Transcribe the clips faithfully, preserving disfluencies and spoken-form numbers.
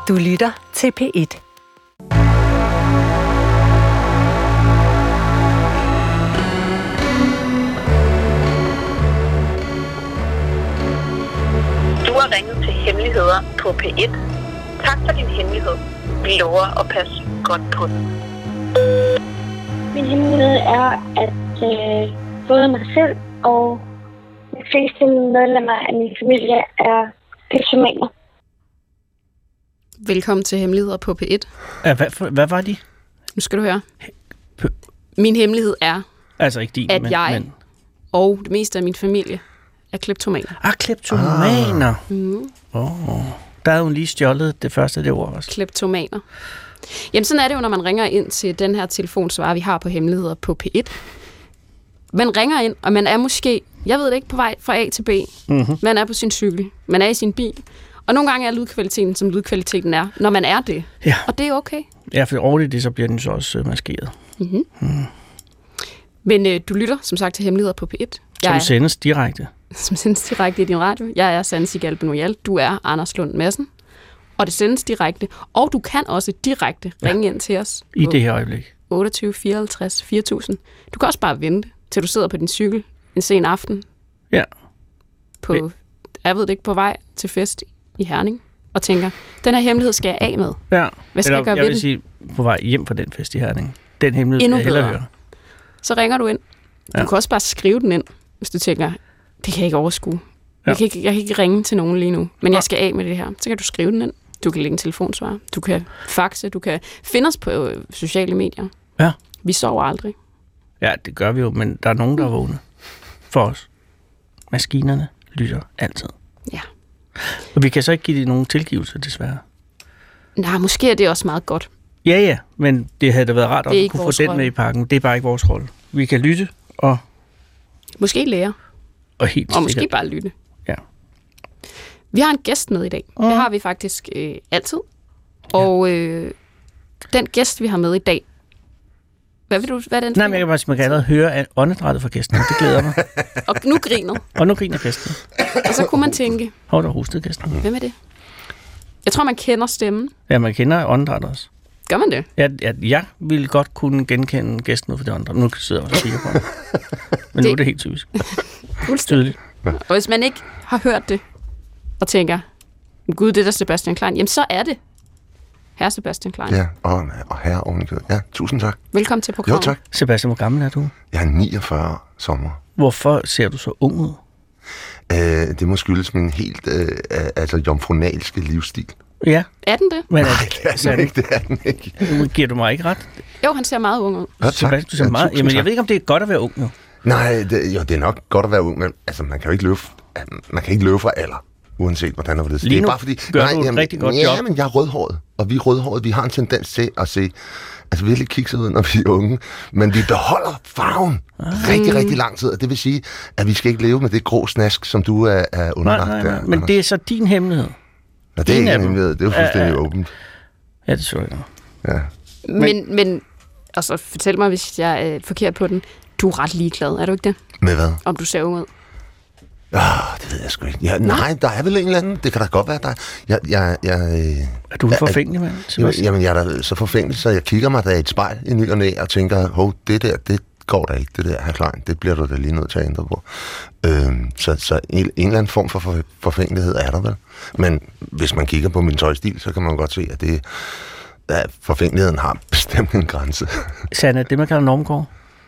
Du lytter til P et. Du har ringet til Hemmeligheder på P et. Tak for din hemmelighed. Vi lover at passe godt på den. Min hemmelighed er, at øh, både mig selv og de fleste medlemmer af min familie er kleptomaner. Velkommen til Hemmeligheder på P et. Ja, hvad, for, hvad var de? Nu skal du høre. Min hemmelighed er, altså ikke din, at men, jeg men... og det meste af min familie er kleptomaner. Ah, kleptomaner. Ah. Mm. Oh. Der er jo lige stjålet det første det ord også. Kleptomaner. Jamen sådan er det jo, når man ringer ind til den her telefonsvarer, vi har på Hemmeligheder på P et. Man ringer ind, og man er måske, jeg ved det ikke, på vej fra A til B. Mm-hmm. Man er på sin cykel, man er i sin bil. Og nogle gange er lydkvaliteten, som lydkvaliteten er, når man er det. Ja. Og det er okay. Ja, for over det, så bliver den så også øh, maskeret. Mm-hmm. Mm. Men øh, du lytter, som sagt, til Hemmeligheder på P et. Som jeg sendes direkte. Som sendes direkte i din radio. Jeg er Sanne Sigal Benoyal. Du er Anders Lund Madsen. Og det sendes direkte. Og du kan også direkte ringe ja. ind til os. I det her øjeblik. otteogtyve fireoghalvtreds fire tusind. Du kan også bare vente, til du sidder på din cykel en sen aften. Ja. På, jeg ved det ikke, på vej til fest i Herning. Og tænker, den her hemmelighed skal jeg af med. Ja. Hvad skal Eller, jeg gøre jeg ved vil den? sige, på vej hjem fra den fest i Herning. Den hemmelighed Endnu skal jeg hellere bedre. høre. Så ringer du ind. Du Ja. kan også bare skrive den ind, hvis du tænker, det kan jeg ikke overskue. Ja. Jeg, kan ikke, jeg kan ikke ringe til nogen lige nu, men jeg skal af med det her. Så kan du skrive den ind. Du kan lægge en telefonsvar. Du kan faxe. Du kan finde os på øh, sociale medier. Ja. Vi sover aldrig. Ja, det gør vi jo, men der er nogen, der er vågne. For os. Maskinerne lytter altid. Ja. Og vi kan så ikke give det nogen tilgivelse, desværre. Nej, måske er det også meget godt. Ja, ja, men det havde da været rart Det er at kunne få vores den rolle. med i pakken. Det er bare ikke vores rolle. Vi kan lytte og... Måske lære. Og helt Og måske sikkert. bare lytte. Ja. Vi har en gæst med i dag. Mm. Det har vi faktisk øh, altid. Og øh, den gæst, vi har med i dag, hvad vil du, hvad er den? Nej, men jeg kan faktisk man kan allerede høre at åndedrættet fra gæsten. Det glæder mig. Og nu griner. Og nu griner gæsten. Og så kunne man tænke, Hvor der hostede gæsten. hvem er det? Jeg tror, man kender stemmen. Ja, man kender åndedrættet også. Gør man det? Jeg, jeg, jeg ville godt kunne genkende gæsten ud for det åndedræt. Nu sidder jeg også og kigger på ham. Men det... nu er det helt typisk. Fuldstændig. Og hvis man ikke har hørt det, og tænker, gud, det er der Sebastian Klein, jamen så er det herre Sebastian Klein. Ja, og, og herre ovenikøbet. Ja, tusind tak. Velkommen til programmet. Jo, tak. Sebastian, hvor gammel er du? Jeg er niogfyrre sommer. Hvorfor ser du så ung ud? Øh, det må skyldes min helt øh, altså jomfronalske livsstil. Ja. Er den det? Men, Nej, det er den ikke. Det er den ikke. Nu giver du mig ikke ret. Jo, han ser meget ung ud. Ja, tak. Sebastian, du ser Ja, meget... tusind Jamen, tak. jeg ved ikke, om det er godt at være ung nu. Nej, det, jo, det er nok godt at være ung, men altså, man kan jo ikke løbe, man kan ikke løbe fra alder, uanset hvordan det er. Lige Det er nu bare fordi, gør du et rigtig godt ja, job. men jeg er rødhåret, og vi er rødhåret. Vi har en tendens til at se altså virkelig kikset ud, når vi er unge, men vi beholder farven Ah. rigtig, rigtig lang tid, og det vil sige, at vi skal ikke leve med det grå snask, som du er, er underlagt Nej, nej, der. nej. Men det er så din hemmelighed. Nå, det er en ikke af en dem. hemmelighed, det er jo fuldstændig Øh, åbent. Ja, det så jeg. Ja. Men, men og så fortæl mig, hvis jeg er forkert på den. Du er ret ligeglad, er du ikke det? Med hvad? Om du ser ung ud. Ah, det ved jeg sgu ikke. Ja, nej, der er vel en eller anden. Det kan da godt være, der er. Jeg, jeg, jeg, øh, Er du en forfængelig mand, jamen, Sebastian? jamen, jeg er da så forfængelig, så jeg kigger mig da i et spejl i ny og næ, og tænker, hov, det der, det går da ikke, det der, herr Klein, det bliver du da lige nødt til at ændre på. Øhm, så, så en, en eller anden form for, for forfængelighed er der vel. Men hvis man kigger på min tøjstil, så kan man godt se, at det, at forfængeligheden har bestemt en grænse. Sanne, det man kalder normkår.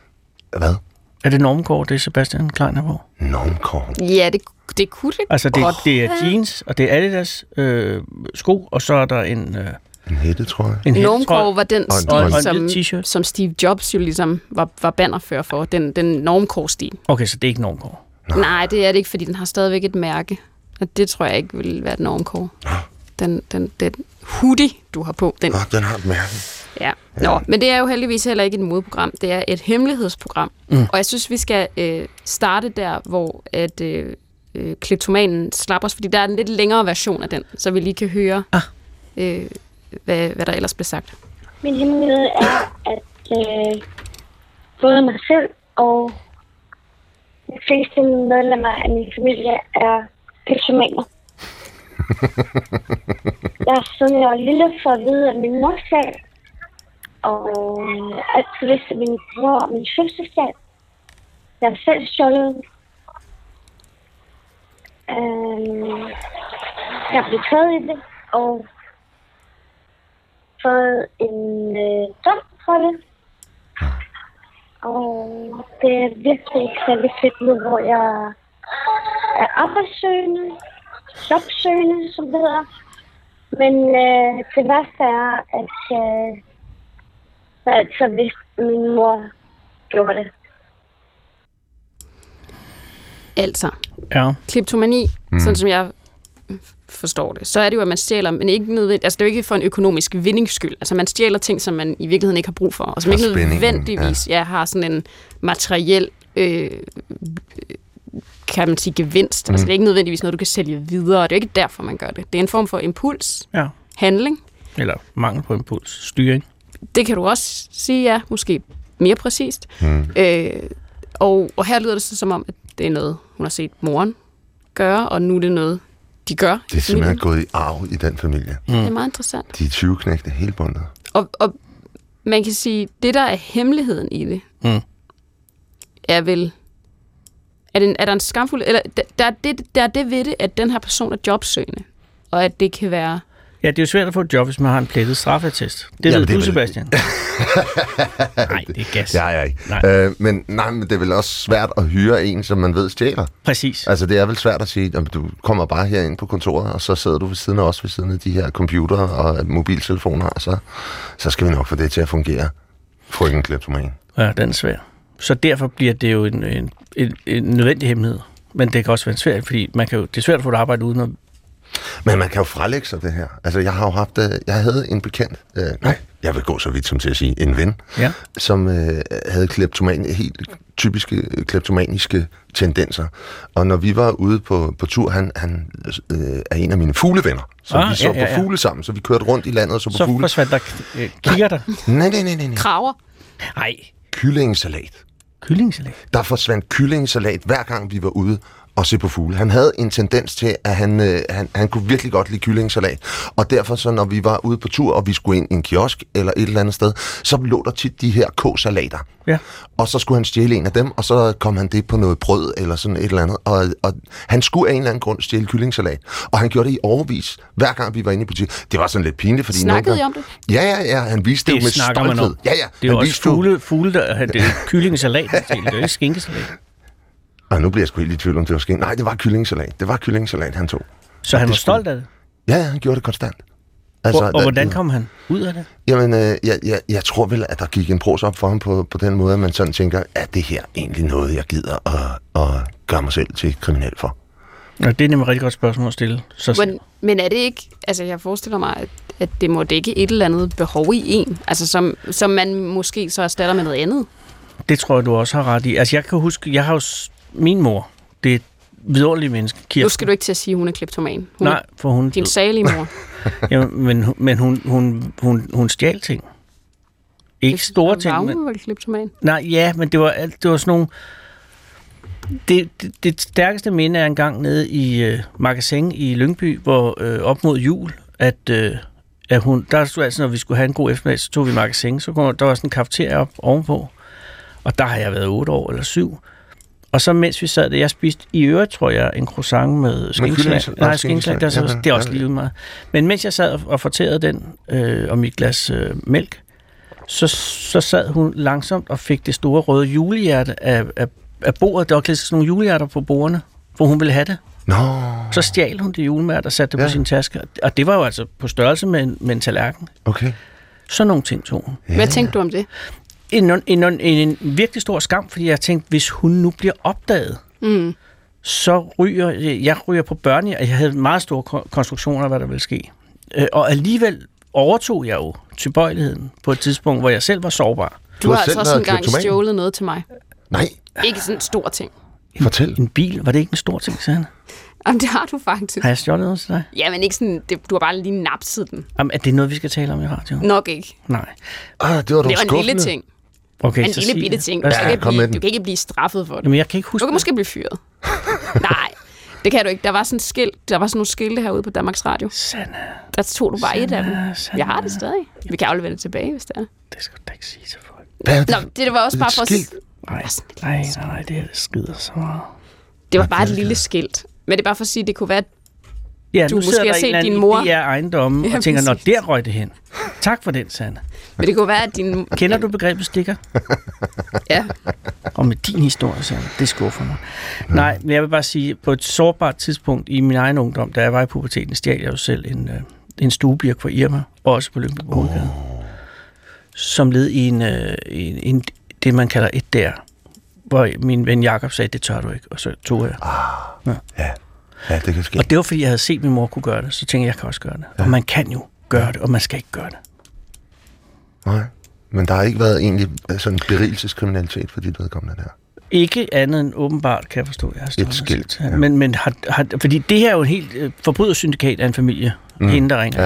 Hvad? Er det normkår, det Sebastian Klein er på? Normkår. Ja, det, det kunne det Altså, det, godt. det er jeans, og det er Adidas øh, sko, og så er der en... Øh, En hætte, tror jeg. en Normkår hættetrøje. var den Og en- stil, og en som, lille t-shirt. som Steve Jobs jo ligesom var, var bannerfører for. Den, den normkår-stil. Okay, så det er ikke normkår. Nå. Nej, det er det ikke, fordi den har stadigvæk et mærke. Og det tror jeg ikke vil være et normkår. Den, den, den hoodie, du har på, den Nå, den har et mærke. Ja. Nå, men det er jo heldigvis heller ikke et modeprogram. Det er et hemmelighedsprogram. Mm. Og jeg synes, vi skal øh, starte der, hvor at, øh, øh, kleptomanen slapper os, fordi der er en lidt længere version af den, så vi lige kan høre, Ah. øh, hvad, hvad der ellers blev sagt. Min hemmelighed er, at øh, både mig selv og de fleste medlemmer af min familie er kleptomaner. Jeg har siden jeg var lille for at vide, at min mor stjal. Og altid vidste min bror og min søster stjal. Jeg har selv stjålet. Øhm, jeg blev taget i det, og fået en øh, dom for det. Og det er virkelig ikke særlig fedt nu, hvor jeg er arbejdssøgende, jobsøgende, som det hedder. Men øh, det værste er, at øh, jeg altid vidste, at min mor gjorde det. Altså, Ja. kleptomani, mm. sådan som jeg forstår det, så er det jo, at man stjæler, men ikke nødvendigt, altså det er jo ikke for en økonomisk vindingsskyld. Altså man stjæler ting, som man i virkeligheden ikke har brug for, og som ikke nødvendigvis ja. Ja, har sådan en materiel, øh, kan man sige, gevinst. Mm. Altså det er ikke nødvendigvis noget, du kan sælge videre, og det er ikke derfor, man gør det. Det er en form for impuls, Ja. handling. Eller mangel på impuls, styring. Det kan du også sige, ja, måske mere præcist. Mm. Øh, og, og her lyder det så som om, at det er noget, hun har set moren gøre, og nu er det noget, de gør. Det er simpelthen gået i arv i den familie. Mm. Det er meget interessant. De er tyveknægte hele bundet. Og, og man kan sige, det der er hemmeligheden i det, Mm. er vel, er, det en, er der en skamfuld, eller der, der, er det, der er det ved det, at den her person er jobsøgende, og at det kan være... Ja, det er jo svært at få et job, hvis man har en plettet straffeattest. Det Ja, ved det er du, vel- Sebastian. Nej, det er gas. Ja, ja, ikke. Nej. Øh, men, nej, men det er vel også svært at hyre en, som man ved stjæler. Præcis. Altså, det er vel svært at sige, at du kommer bare her ind på kontoret, og så sidder du ved siden af os, ved siden af de her computer og mobiltelefoner, og så, så skal vi nok få det til at fungere. Frøken kleptoman. Ja, den er svær. Så derfor bliver det jo en, en, en, en nødvendig hemmelighed. Men det kan også være svært, fordi man kan jo, det er svært at få et arbejde uden at... Men man kan jo frelægge sig det her. Altså, jeg har jo haft, øh, jeg havde en bekendt, øh, nej, jeg vil gå så vidt som til at sige, en ven, Ja. som øh, havde kleptoman, helt typiske kleptomaniske tendenser. Og når vi var ude på, på tur, han, han øh, er en af mine fuglevenner, så Ah, vi så ja, ja, ja. på fugle sammen, så vi kørte rundt i landet og så på Så fugle. forsvandt der øh, kigger der. Nej, nej, nej, nej, nej. Kraver. Nej, Kyllingesalat. kyllingesalat. Der forsvandt kyllingesalat, hver gang vi var ude og se på fugle. Han havde en tendens til, at han, øh, han, han kunne virkelig godt lide kyllingesalat. Og derfor så, når vi var ude på tur, og vi skulle ind i en kiosk eller et eller andet sted, så lå der tit de her k-salater. Ja. Og så skulle han stjæle en af dem, og så kom han det på noget brød eller sådan et eller andet. Og, og han skulle af en eller anden grund stjæle kyllingesalat. Og han gjorde det i overvis, hver gang vi var inde i butik. Det var sådan lidt pinligt, fordi... Snakkede I nogle om gange- Ja, ja, ja. Han viste det, Det jo med snakker man stolthed. om. Ja, ja. Det er han jo også viste jo- fugle, fugle der, det er kyllingesalat. Det er jo ikke skinkesalat. Og nu bliver jeg sgu helt i tvivl om det var skæng. Nej, det var kyllingesalat. Det var kyllingesalat, han tog. Så han det var skulle- stolt af det. Ja, ja, han gjorde det konstant. Altså, og, og der- hvordan kom han ud af det? Jamen, øh, jeg, jeg, jeg tror vel, at der gik en pros op for ham på, på den måde, at man sådan tænker, er det her egentlig noget, jeg gider at, at gøre mig selv til kriminel for? Ja, det er nemlig et rigtig godt spørgsmål at stille. Så, Men, men er det ikke, altså jeg forestiller mig, at, at det må dække et eller andet behov i en, altså som, som man måske så erstatter med noget andet. det tror jeg, du også har ret i. Altså, jeg kan huske, jeg har jo... s- Min mor, det er et vidunderligt menneske. Kirsten. Nu skal du ikke til at sige, at hun er kleptoman. Hun Nej, for hun... er din salige mor. Ja, men hun- men hun, hun, hun, hun stjal ting. Ikke store ting, Var men... hun vel kleptoman? Nej, ja, men det var, alt- det var sådan nogle... Det, det, det stærkeste minde er en gang nede i øh, Magasin i Lyngby, hvor øh, op mod jul, at, øh, at hun... Der stod altså, når vi skulle have en god eftermiddag, så tog vi Magasin, så kom, der var sådan en kafeteria op ovenpå, og der har jeg været otte år eller syv. Og så mens vi sad der, jeg spiste i øvrigt, tror jeg, en croissant med skinkeslag. kyllingesalat? Nej, Nej, skinkeslag, det er, skinkeslag. så, Ja, det er også ja, lige meget. Men mens jeg sad og- og fortærede den, øh, og mit glas øh, mælk, så, så sad hun langsomt og fik det store røde julehjerte af, af, af bordet. Der var klædt sådan nogle julehjerter på bordene, hvor hun ville have det. Nå, Så stjal hun det julemærte og satte det Ja. på sin taske. Og det var jo altså på størrelse med en, med en tallerken. okay. Sådan nogle ting tog hun. Hvad tænkte du om det? En, en, en, en, en virkelig stor skam, fordi jeg tænkte, hvis hun nu bliver opdaget, Mm. så ryger jeg ryger på børne, og jeg havde meget store ko- konstruktioner af, hvad der ville ske. Øh, Og alligevel overtog jeg jo tilbøjeligheden på et tidspunkt, hvor jeg selv var sårbar. Du, Du har har altså selv også været engang kleptoman? stjålet noget til mig. Nej, Ikke sådan en stor ting. fortæl. En bil, var det ikke en stor ting, sagde han? Jamen, det har du faktisk. Har jeg stjålet noget til dig? Ja, men ikke sådan, det, du har bare lige napset den. Jamen, er det noget, vi skal tale om i radio? Nok ikke. Nej. Ah, det var dog Det var en lille skuffende. ting. Okay, En så lille sig bitte det. ting. Du, Hvad- skal ikke kom med blive, den. du kan ikke blive straffet for det. Jamen, jeg kan ikke huske Du kan måske blive fyret. Nej. Det kan du ikke. Der var sådan, skilt, der var sådan nogle skilte herude på Danmarks Radio. Sanna. Der tog du bare Sanna, et af dem. Sanna. Jeg har det stadig. Vi kan aflevere det tilbage, hvis det er. Det skal du da ikke sige til folk. Hvad er det? Nå, det var også bare for... Skilt? Nej, nej, nej, nej, det er det skider så meget. Det var bare et lille skilt. Men det er bare for at sige, at det kunne være, at Ja, Du nu måske sidder har der set en eller din anden mor. i er ejendomme Ja, og tænker, nå, præcis. der røg det hen. Tak for den, Sanne. men det kunne være, at din... Kender du begrebet stikker? Ja. Og med din historie, Sanne, det skuffer mig. Nej, men jeg vil bare sige, på et sårbart tidspunkt i min egen ungdom, da jeg var i puberteten, stjal jeg jo selv en, øh, en stuebirk fra Irma, også på Lyngby Hovedgade, oh. som led i en, øh, en, en, det, man kalder et der, hvor min ven Jakob sagde, det tør du ikke, og så tog jeg. Ah, Ja. ja. ja, det kan ske. Og det var, fordi jeg havde set min mor kunne gøre det, så tænkte jeg, jeg kan også gøre det. Ja. Og man kan jo gøre det, og man skal ikke gøre det. Nej, men der har ikke været egentlig sådan berigelseskriminalitet for dit vedkommende der. Ikke andet end åbenbart, kan jeg forstå. Jeg har stået Et og skilt, set. ja. Men, men har, har, fordi det her er jo en helt øh, forbrydersyndikat af en familie, mm. hende der ringer. Ja.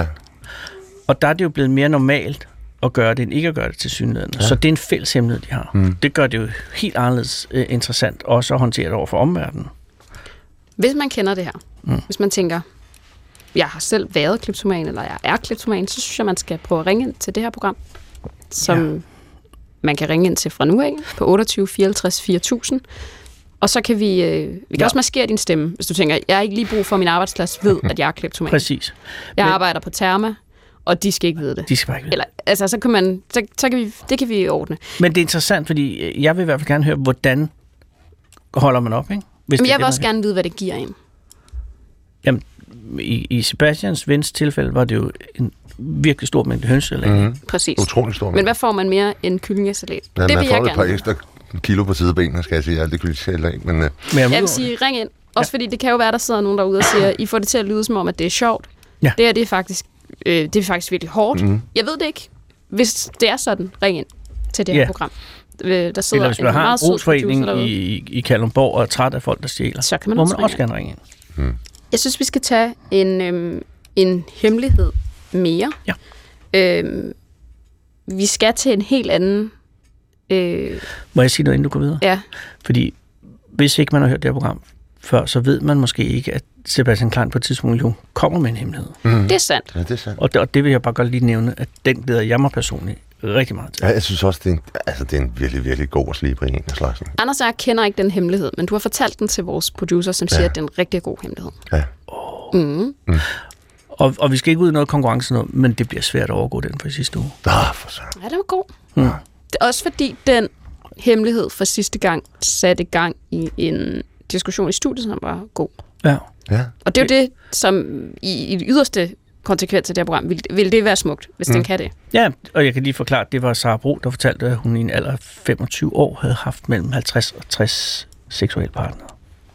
Og der er det jo blevet mere normalt at gøre det, end ikke at gøre det til synligheden. Ja. Så det er en fælles hemmelighed, de har. Mm. Det gør det jo helt anderledes øh, interessant også at håndtere det over for omverdenen. Hvis man kender det her, mm. hvis man tænker, jeg har selv været kleptoman, eller jeg er kleptoman, så synes jeg, man skal prøve at ringe ind til det her program, som ja. man kan ringe ind til fra nu af, på otteogtyve fireoghalvtreds fire tusind. Og så kan vi, øh, vi kan ja. også maskere din stemme, hvis du tænker, jeg har ikke lige brug for, min arbejdsplads ved, at jeg er kleptoman. Præcis. Jeg Men, arbejder på Therma, og de skal ikke vide det. de skal bare ikke vide. Eller, altså, så kan man, så, så kan vi, det kan vi ordne. Men det er interessant, fordi jeg vil i hvert fald gerne høre, hvordan holder man op, ikke? Hvis Men det jeg er vil det, også man- gerne vide, hvad det giver en. Jamen, i, i Sebastians vens tilfælde var det jo en virkelig stor mængde hønsesalat. Mm. Præcis. Utrolig stor. Men hvad får man mere end kyllingesalat? ja, det man vil får jeg et par gerne. ekstra kilo på sidebenene, skal jeg sige. Alt det kunne jeg ikke, men... Uh, Men jeg, Jeg vil vil sige, ring ind. Også ja. fordi det kan jo være, der sidder nogen derude og siger, I får det til at lyde som om, at det er sjovt. Ja. Det her, det er faktisk, øh, det er faktisk virkelig hårdt. Mhm. Jeg ved det ikke. Hvis det er sådan, ring ind til det her Ja. program. Øh, Der sidder eller hvis en man har en meget sød brugsforening producer derude. i, i Kalundborg og er træt af folk, der stjæler, Så kan man må også man ringe også ind. gerne ringe ind. Jeg synes, vi skal tage en, øhm, en hemmelighed mere. Ja. Øhm, vi skal til en helt anden... Øh, Må jeg sige noget, inden du går videre? ja, Fordi hvis ikke man har hørt det her program før, så ved man måske ikke, at Sebastian Klein på et tidspunkt jo kommer med en hemmelighed. det er sandt. ja, det er sandt. Og det, og det vil jeg bare godt lige nævne, at den glæder jeg mig personligt rigtig meget til. Ja, jeg synes også, det er en, altså, det er en virkelig, virkelig god og slibrig en af slagsen. Anders og jeg kender ikke den hemmelighed, men du har fortalt den til vores producer, som siger, Ja. at det er en rigtig god hemmelighed. Ja. Mm. Og, og vi skal ikke ud i noget konkurrence, noget, men det bliver svært at overgå den for sidste uge. Ah, for så. Ja, det var god. Mm. Det er også fordi, den hemmelighed fra sidste gang satte gang i en diskussion i studiet, som var god. Ja. Ja. Og det er jo det, som i, i det yderste konsekvens af det her program, vil, vil det være smukt, hvis mm. den kan det. Ja, og jeg kan lige forklare, at det var Sara Bro, der fortalte, at hun i en alder af femogtyve år havde haft mellem halvtreds og tres seksuelle partnere.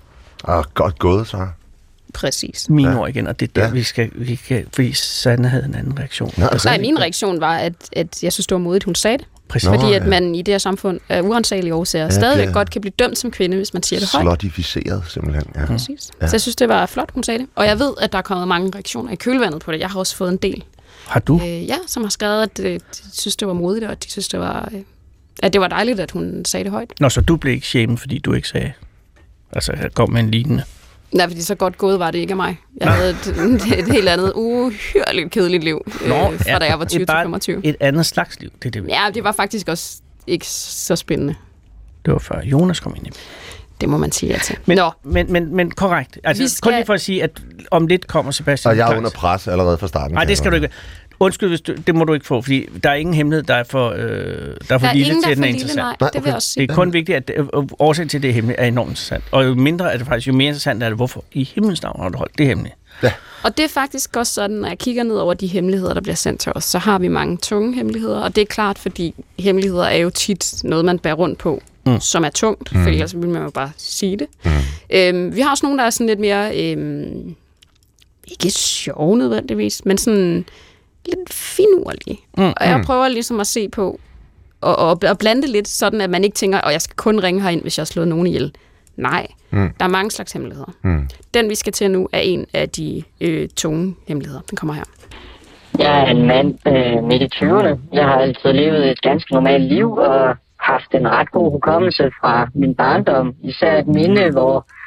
Ah, godt gået, så. Præcis. Mine Ja. ord igen, og det er der, Ja. vi skal, vi kan, fordi Sanne havde en anden reaktion. Nå, altså, Nej, min reaktion var, at, at jeg synes, det var modigt, hun sagde det. Præcis. Nå, Fordi at ja. man i det her samfund af urensagelige årsager Ja, stadigvæk det- godt kan blive dømt som kvinde, hvis man siger det højt. Slottificeret, simpelthen. Ja. Præcis. Ja. Så jeg synes, det var flot, hun sagde det. Og jeg ved, at der er kommet mange reaktioner i kølvandet på det. Jeg har også fået en del. Har du? Øh, ja, som har skrevet, at øh, de synes, det var modigt, og at de synes, det var, øh, at det var dejligt, at hun sagde det højt. Nå, så du blev ikke shamed, fordi du ikke sagde... Altså, jeg kom med en lignende. Nej, fordi så godt gået var det ikke af mig. Jeg havde et, et helt andet uhyrligt kedeligt liv, øh, Nå, fra ja, da jeg var tyve et til bare femogtyve. Et andet slags liv, det er det. Ja, det var faktisk også ikke så spændende. Det var før Jonas kom ind i. Det må man sige ja til. Men, Nå, men, men, men korrekt. Altså, Vi skal... skal- kun lige for at sige, at om lidt kommer Sebastian Og jeg er Klein. under pres allerede fra starten. Nej, kan det skal jeg du godt. ikke. Undskyld, hvis du, det må du ikke få, fordi der er ingen hemmelighed, der er for, øh, der er for der er lille ingen, til, der at den er er for lille, interessant. nej. Nej, Det vil okay. jeg også Det sige. er kun vigtigt, at øh, årsagen til, at det er hemmeligt, er enormt interessant. Og jo mindre er det faktisk, jo mere interessant er det, hvorfor i himlens navn har du holdt det hemmeligt. Og det er faktisk også sådan, når jeg kigger ned over de hemmeligheder, der bliver sendt til os, så har vi mange tunge hemmeligheder. Og det er klart, fordi hemmeligheder er jo tit noget, man bærer rundt på, mm. som er tungt, mm. for ellers vil man jo bare sige det. Mm. Øhm, vi har også nogle, der er sådan lidt mere, øhm, ikke sjove nødvendigvis, men sådan lidt finurlige. Mm. Og jeg prøver ligesom at se på, og, og, og blande det lidt, sådan at man ikke tænker, at jeg skal kun ringe herind, hvis jeg har slået nogen ihjel. Nej, mm. der er mange slags hemmeligheder. Mm. Den, vi skal til nu, er en af de øh, tunge hemmeligheder. Den kommer her. Jeg er en mand øh, midt i tyverne. Jeg har altid levet et ganske normalt liv og haft en ret god hukommelse fra min barndom. Især et minde, hvor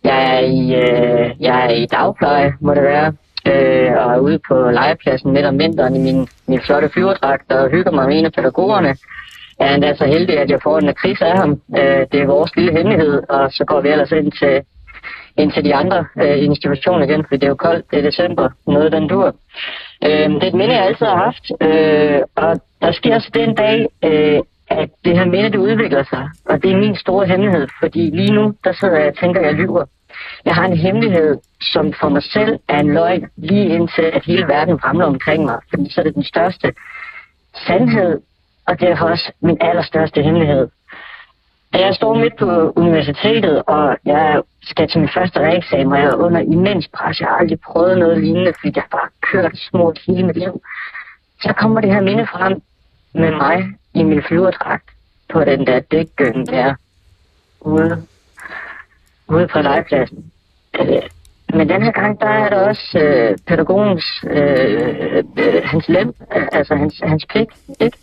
Jeg er i, øh, jeg er i dagpleje, må det være, øh, og er ude på legepladsen midt om vinteren i min, min flotte flyverdragt og hygger mig med en af pædagogerne. Jeg er endda så heldig, at jeg får en lakrids af ham. Øh, det er vores lille hemmelighed, og så går vi ellers ind til, ind til de andre øh, institutioner igen, fordi det er jo koldt, det er december, noget den dur. Øh, det er et minde, jeg altid har haft, øh, og der sker så den dag, øh, at det her minde, det udvikler sig, og det er min store hemmelighed, fordi lige nu, der sidder jeg og tænker, at jeg lyver. Jeg har en hemmelighed, som for mig selv er en løgn, lige indtil at hele verden ramler omkring mig, fordi så er det den største sandhed, og det er også min allerstørste hemmelighed. Jeg står midt på universitetet, og jeg skal til min første reeksamen, og jeg er under imens pres. Jeg har aldrig prøvet noget lignende, fordi jeg har bare kørt smurt hele mit liv. Så kommer det her minde frem med mig i min flyverdragt på den der dækgøn der ude, ude på legepladsen. Men den her gang, der er der også øh, pædagogens, øh, øh, hans lem, altså hans, hans pik, ikke?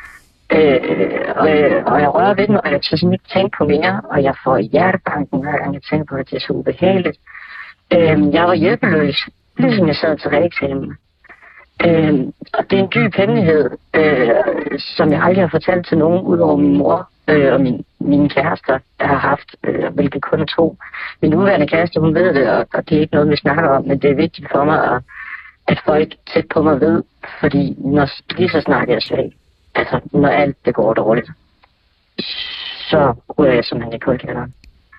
Øh, og, og jeg rører ved den, og jeg tør sådan ikke tænke på mere, og jeg får hjertebanken, hver gang jeg tænker på det, det er så ubehageligt. Øh, jeg var hjælpeløs, ligesom jeg sad til reeksamen. Øh, og det er en dyb hemmelighed, øh, som jeg aldrig har fortalt til nogen, udover min mor øh, og min, mine kærester, jeg har haft, øh, hvilket kun er to. Min nuværende kæreste, hun ved det, og, og det er ikke noget, vi snakker om, men det er vigtigt for mig, at, at folk tæt på mig ved, fordi når, lige så snakker jeg svag. Altså, når alt det går dårligt, så ryger jeg simpelthen i kuldkælderen.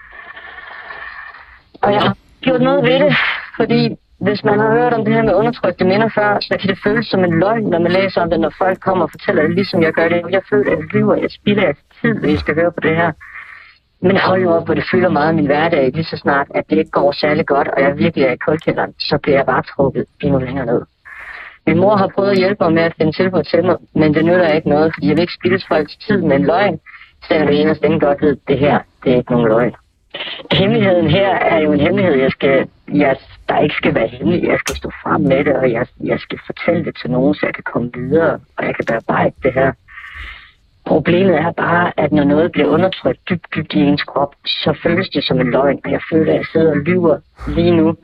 Og jeg har gjort noget ved det, fordi hvis man har hørt om det her med undertrykte minder før, så kan det føles som en løgn, når man læser om det, når folk kommer og fortæller det, ligesom jeg gør det. Jeg føler, at jeg lyver, jeg spilder af tid, hvis jeg skal høre på det her. Men hold jo op, hvor det fylder meget af min hverdag, lige så snart, at det ikke går særlig godt, og jeg virkelig er i kuldkælderen, så bliver jeg bare trukket endnu længere ned. Min mor har prøvet at hjælpe mig med at finde tilbud til mig, men det nytter ikke noget, fordi jeg vil ikke spildes folks tid med en løgn, selvom det eneste ingen godt ved, det her, det er ikke nogen løgn. Hemmeligheden her er jo en hemmelighed, jeg skal, jeg, der ikke skal være hemmelig. Jeg skal stå frem med det, og jeg, jeg skal fortælle det til nogen, så jeg kan komme videre, og jeg kan bearbejde det her. Problemet er bare, at når noget bliver undertrykt dybt, dybt i ens krop, så føles det som en løgn, og jeg føler, at jeg sidder og lyver lige nu.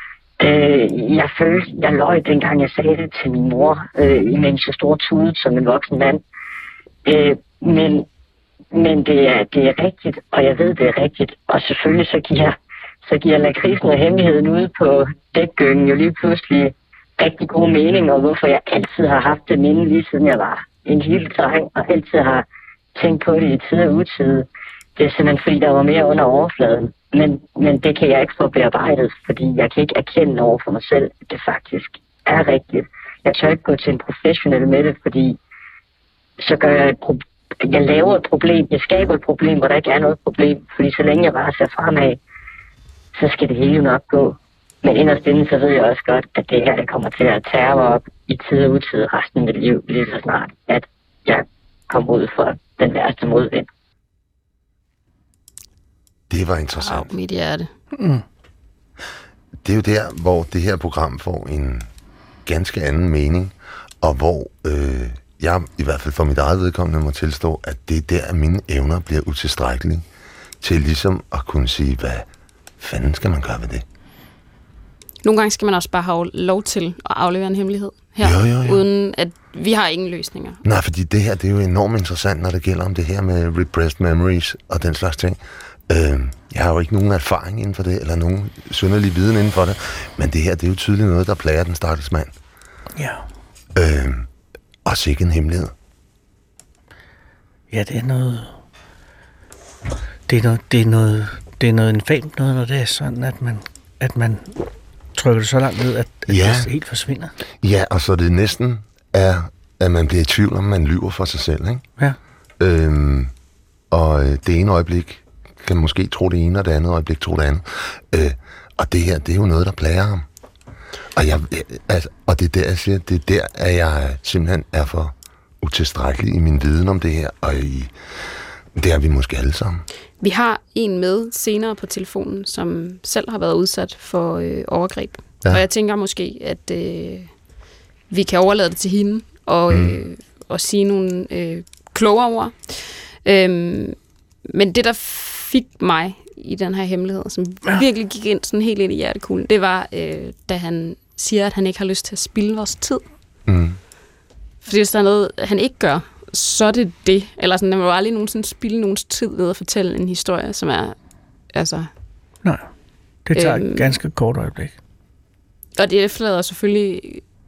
Øh, jeg følte, jeg løg dengang jeg sagde det til min mor, øh, imens jeg stod tudet som en voksen mand. Øh, men men det, er, det er rigtigt, og jeg ved, det er rigtigt. Og selvfølgelig så giver, så giver lakrisen og hemmeligheden ude på dækgyngen jo lige pludselig rigtig god mening, og hvorfor jeg altid har haft det minde, lige siden jeg var en lille dreng, og altid har tænkt på det i tid og utid. Det er simpelthen fordi, der var mere under overfladen. Men, men det kan jeg ikke få bearbejdet, fordi jeg kan ikke erkende over for mig selv, at det faktisk er rigtigt. Jeg tør ikke gå til en professionel med det, fordi så gør jeg et problem. Jeg laver et problem, jeg skaber et problem, hvor der ikke er noget problem, fordi så længe jeg bare ser fremad, så skal det hele jo nok gå. Men inderst inden, så ved jeg også godt, at det her, det kommer til at tære mig op i tid og utid resten af mit liv, lige så snart, at jeg kommer ud for den værste modvind. Det var interessant. Wow, mit hjerte. Mm. Det er jo der, hvor det her program får en ganske anden mening, og hvor øh, jeg i hvert fald for mit eget vedkommende må tilstå, at det er der, at mine evner bliver utilstrækkelige til ligesom at kunne sige, hvad fanden skal man gøre ved det? Nogle gange skal man også bare have lov til at aflevere en hemmelighed her, jo, jo, jo. uden at vi har ingen løsninger. Nej, fordi det her, det er jo enormt interessant, når det gælder om det her med repressed memories og den slags ting. Øh, jeg har jo ikke nogen erfaring inden for det, eller nogen synderlig viden inden for det, men det her, det er jo tydeligt noget, der plager den stakkels mand. Ja. Øh, og sikke en hemmelighed. Ja, det er noget... Det er noget... Det er noget, det er noget infamt noget, når det er sådan, at man, at man trykker det så langt ned, at, at ja. det helt forsvinder. Ja, og så det næsten er, at man bliver i tvivl, om man lyver for sig selv, ikke? Ja. Øhm, og det ene øjeblik kan måske tro det ene, og det andet øjeblik tro det andet. Øh, og det her, det er jo noget, der plager ham. Og, jeg, altså, og det er der, jeg siger, det er der, at jeg simpelthen er for utilstrækkelig i min viden om det her, og i, det er vi måske alle sammen. Vi har en med senere på telefonen, som selv har været udsat for øh, overgreb. Ja. Og jeg tænker måske, at øh, vi kan overlade det til hende og, mm. øh, og sige nogle øh, klogere ord. Øhm, men det, der fik mig i den her hemmelighed, som ja. virkelig gik ind sådan helt ind i hjertekuglen, det var, øh, da han siger, at han ikke har lyst til at spilde vores tid. Mm. Fordi hvis der er noget, han ikke gør, så er det det. Eller sådan, man må aldrig nogensinde spilde nogens tid ved at fortælle en historie, som er, altså... Nej, det tager øhm, et ganske kort øjeblik. Og det efterlader selvfølgelig...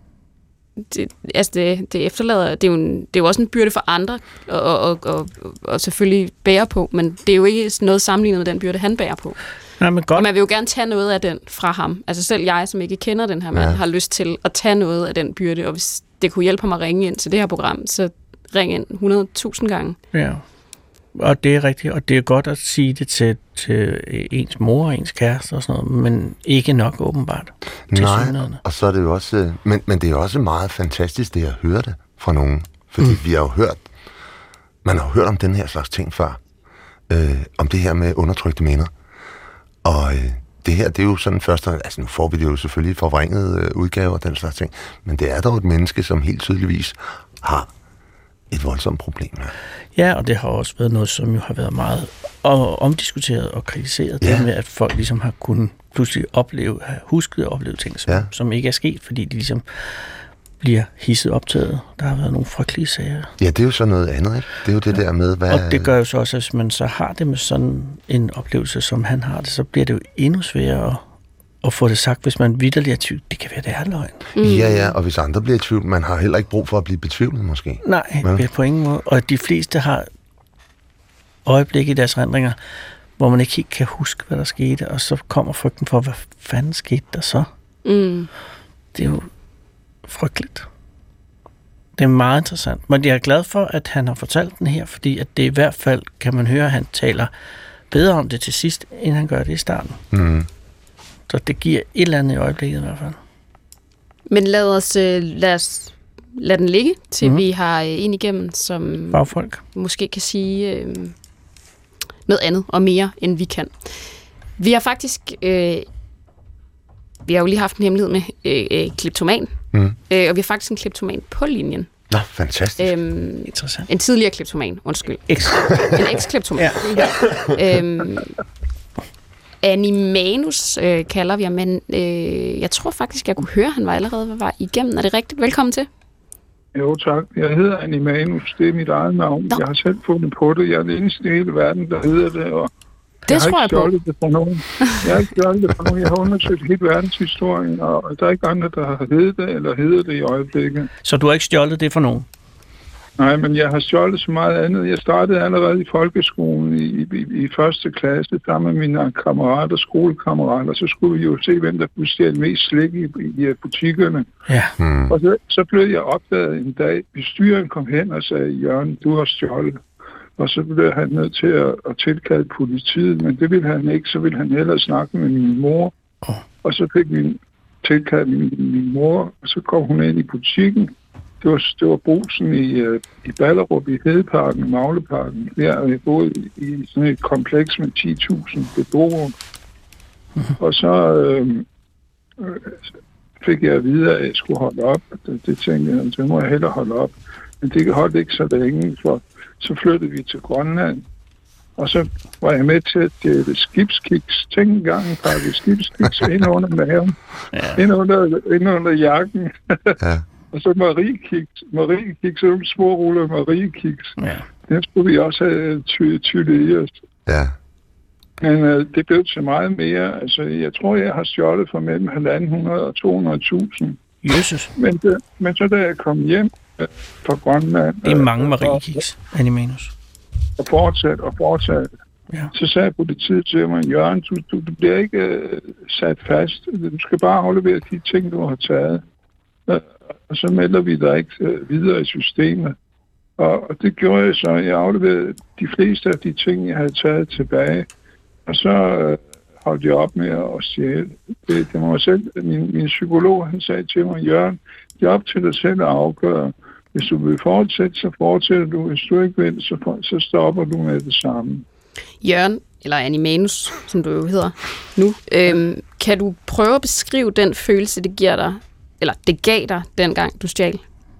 Det, altså det, det efterlader... Det er, jo en, det er jo også en byrde for andre og, og, og, og selvfølgelig bære på, men det er jo ikke noget sammenlignet med den byrde, han bærer på. Nej, men godt. Og man vil jo gerne tage noget af den fra ham. Altså selv jeg, som ikke kender den her mand, ja. har lyst til at tage noget af den byrde, og hvis det kunne hjælpe ham at ringe ind til det her program, så ring ind hundrede tusind gange. Ja, og det er rigtigt, og det er godt at sige det til, til ens mor og ens kæreste og sådan noget, men ikke nok åbenbart. Nej, og så er det jo også, men, men det er jo også meget fantastisk, det at høre det fra nogen, fordi mm. vi har jo hørt, man har jo hørt om den her slags ting før, øh, om det her med undertrykte minder, og øh, det her, det er jo sådan først, altså nu får vi det jo selvfølgelig forvrængede øh, udgaver og den slags ting, men det er dog et menneske, som helt tydeligvis har et voldsomt problem. Ja. Ja, og det har også været noget, som jo har været meget omdiskuteret og kritiseret. Ja. Det med, at folk ligesom har kunnet pludselig opleve, have husket at opleve ting, som, ja. som ikke er sket, fordi de ligesom bliver hisset optaget. Der har været nogle frygtelige sager. Ja, det er jo så noget andet, ikke? Det er jo det ja. der med, hvad... Og det gør jo så også, at hvis man så har det med sådan en oplevelse, som han har det, så bliver det jo endnu sværere at, at få det sagt, hvis man vitterligt er tvivl. Det kan være, det er løgn. Mm. Ja, ja, og hvis andre bliver i tvivl, man har heller ikke brug for at blive betvivlet, måske. Nej, ja. på ingen måde. Og de fleste har øjeblikke i deres erindringer, hvor man ikke helt kan huske, hvad der skete, og så kommer frygten for, hvad fanden skete der så? Mm. Det er jo frygteligt. Det er meget interessant. Men jeg er glad for, at han har fortalt den her, fordi at det i hvert fald, kan man høre, at han taler bedre om det til sidst, end han gør det i starten. Mm. Så det giver et eller andet i øjeblikket i hvert fald. Men lad os, lad os lad den ligge, til mm-hmm. vi har en igennem, som Bagfolk. måske kan sige øh, noget andet og mere, end vi kan. Vi har faktisk... Øh, vi har jo lige haft en hemmelighed med øh, øh, kleptoman, mm. øh, og vi har faktisk en kleptoman på linjen. Nå, fantastisk. Øhm, Interessant. En tidligere kleptoman, undskyld. Ex. En eks-kleptoman. Ja. øhm, Animanus øh, kalder vi ham, men øh, jeg tror faktisk, jeg kunne høre, at han var allerede var igennem. Er det rigtigt? Velkommen til. Jo, tak. Jeg hedder Animanus. Det er mit eget navn. Nå. Jeg har selv fundet på det. Jeg er den eneste i hele verden, der hedder det, og det jeg tror jeg på. Det for nogen. Jeg har ikke gjort det for nogen. Jeg har undersøgt hele verdenshistorien, og der er ikke andre, der har heddet det, eller hedder det i øjeblikket. Så du har ikke stjålet det for nogen? Nej, men jeg har stjålet så meget andet. Jeg startede allerede i folkeskolen i, i, i første klasse, sammen med mine kammerater, skolekammerater. Så skulle vi jo se, hvem der kunne stjæle mest slik i, i butikkerne. Ja. Hmm. Og så, så blev jeg opdaget en dag. Bestyreren kom hen og sagde, Jørgen, du har stjålet. Og så blev han nødt til at, at tilkalde politiet, men det ville han ikke. Så ville han hellere snakke med min mor. Oh. Og så fik vi tilkaldt min, min mor, og så kom hun ind i butikken. Det var, det var Brugsen i, uh, i Ballerup, i Hedeparken, i Magleparken. Der og jeg boede i, i sådan et kompleks med ti tusind beboere. Mm-hmm. Og så øh, øh, fik jeg at vide, at jeg skulle holde op. Det, det tænkte jeg, så må jeg hellere holde op. Men det holdt ikke så længe, for så flyttede vi til Grønland. Og så var jeg med til at dele skibskiks. Tænk en gang, at pakke skibskiks ind under maven. Ja. Ind, under, ind under jakken. Ja. Og så Mariekiks. Mariekiks, sådan små ruller Mariekiks. Ja. Den skulle vi også have tydet i os. Ja. Men uh, det blev til meget mere. Altså, jeg tror, jeg har stjålet for mellem halvanden hundrede og to hundrede tusind. Jesus. Men, det, men så da jeg kom hjem uh, fra Grønland... Det er mange Mariekiks, Animanus. Og fortsat og fortsat. Ja. Så sagde politiet til mig, Jørgen, du, du, du bliver ikke uh, sat fast. Du skal bare aflevere de ting, du har taget. Uh, og så melder vi dig ikke uh, videre i systemet. Og, og det gjorde jeg så. Jeg afleverede de fleste af de ting, jeg havde taget tilbage. Og så uh, holdt jeg op med at stjæle. Det, det var selv. Min, min psykolog, han sagde til mig, Jørgen, det er op til dig selv at afgøre. Hvis du vil fortsætte, så fortsætter du. Hvis du ikke vil, så, for, så stopper du med det samme. Jørgen, eller Animanus, som du jo hedder nu, øhm, kan du prøve at beskrive den følelse, det giver dig, eller det gav dig, dengang du stjal?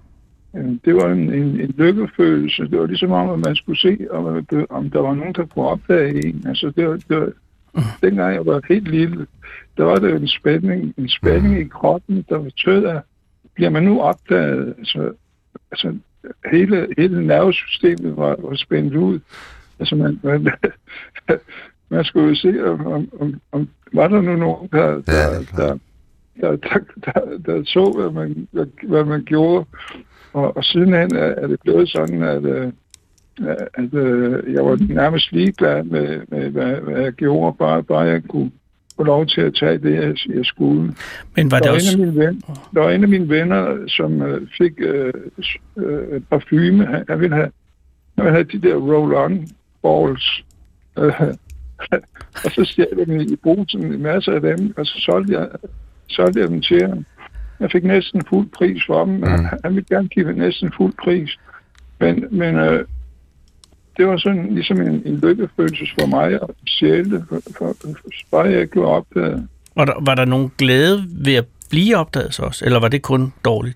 Det var en, en, en lykkefølelse. Det var ligesom om, at man skulle se, om, om der var nogen, der kunne opdage en. Altså, det var, det var, Mm. Dengang jeg var helt lille, der var det en spænding, en spænding mm. i kroppen, der betød, at bliver man nu opdaget, altså, altså hele, hele nervesystemet var, var spændt ud. Altså man, man, man skulle jo se, om, om, om, om var der nu nogen, der, der, der, der, der, der, der så, hvad man, hvad man gjorde. Og, og sidenhen er det blevet sådan, at, at, at, at jeg var nærmest ligeglad med, med hvad, hvad jeg gjorde, bare, bare jeg kunne få lov til at tage det, jeg, jeg skulle. Men var der, der, også... en ven, der var en af mine venner, som uh, fik uh, uh, parfume. Han, han, ville have, han ville have de der roll-on balls. Uh, og så stjal jeg dem i brusen, en masse af dem, og så solgte jeg, solgte jeg dem til ham. Jeg fik næsten fuld pris for dem. Mm. Han, han ville gerne give næsten fuld pris. Men, men øh, det var sådan ligesom en, en lykkefølelse for mig at stjæle, for, for, for bare jeg ikke blev opdaget. Var der, var der nogen glæde ved at blive opdaget så også, eller var det kun dårligt?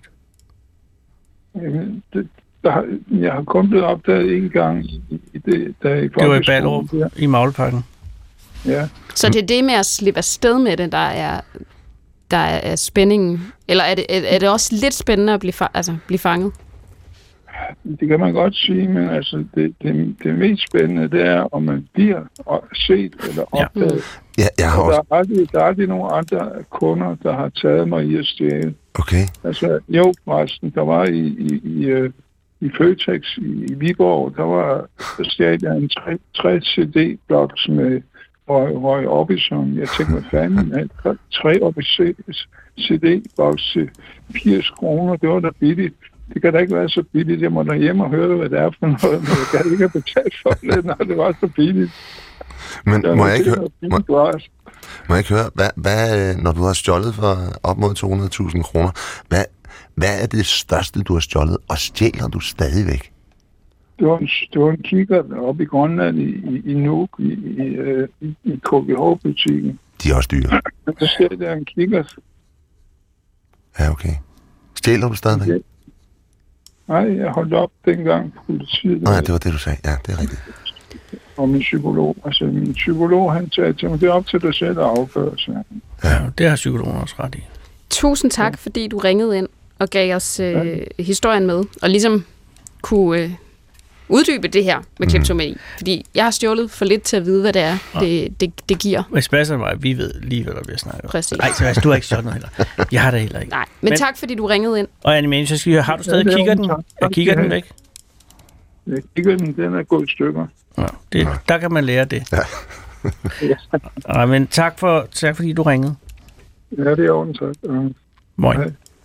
Jamen, det, der, jeg har kun blevet opdaget en gang i, i det, der i det var i Ballerup, i Magleparken. Ja. Så det er det med at slippe afsted med det, der er, der er spændingen? Eller er det, er, er det også lidt spændende at blive, altså, blive fanget? Det kan man godt sige, men altså det, det, det mest spændende, det er, om man bliver set eller opdaget. Ja. Ja, jeg har også... Der er aldrig, der er aldrig nogen andre kunder, der har taget mig i at stjæle. Okay. Altså, jo, forresten, der var i, i, i, i Føtex i, i Viborg, der var der stjal jeg en tre C D-boks med Roy, Roy Orbison. Jeg tænkte, hvad fanden er tre C D-boks til firs kroner, det var da billigt. Det kan da ikke være så billigt. Jeg må da hjem og høre, hvad det er for noget, men jeg kan ikke have betalt for det, når det var så billigt. Men må jeg, ikke høre, må, må jeg ikke høre, hvad, hvad, når du har stjålet for op mod to hundrede tusind kroner, hvad, hvad er det største, du har stjålet, og stjæler du stadigvæk? Det var en, det var en kikkert oppe i Grønland, i, i, i Nuuk, i, i, i, i K G H-butikken. De er også dyre. Så stjælte jeg en kikkert. Ja, okay. Stjæler du stadigvæk? Ja. Nej, jeg holdt op dengang på politiet. Nej, det var det, du sagde. Ja, det er rigtigt. Og min psykolog, altså min psykolog, han sagde til mig, det er op til dig selv at afgøre sig. Ja, det har psykologen også ret i. Tusind tak, ja. Fordi du ringede ind og gav os øh, ja. historien med, og ligesom kunne øh, uddybe det her med kleptomani. Mm. Fordi jeg har stjålet for lidt til at vide, hvad det er, ja. det, det, det giver. Hvis passer mig, vi ved lige, hvad der bliver snakket om. Præcis. Nej, så du har ikke stjålet noget heller. Jeg har det heller ikke. Nej, men, men tak, fordi du ringede ind. Og Anne-Marie, så skal vi høre, har du stadig ja, kigger den? Jeg kigger den væk. Jeg kigger den, den er gået i stykker. Ja, det, der kan man lære det. Ja. Ja, men tak, for, tak fordi du ringede. Ja, det er ordentligt, tak. Uh, Moin.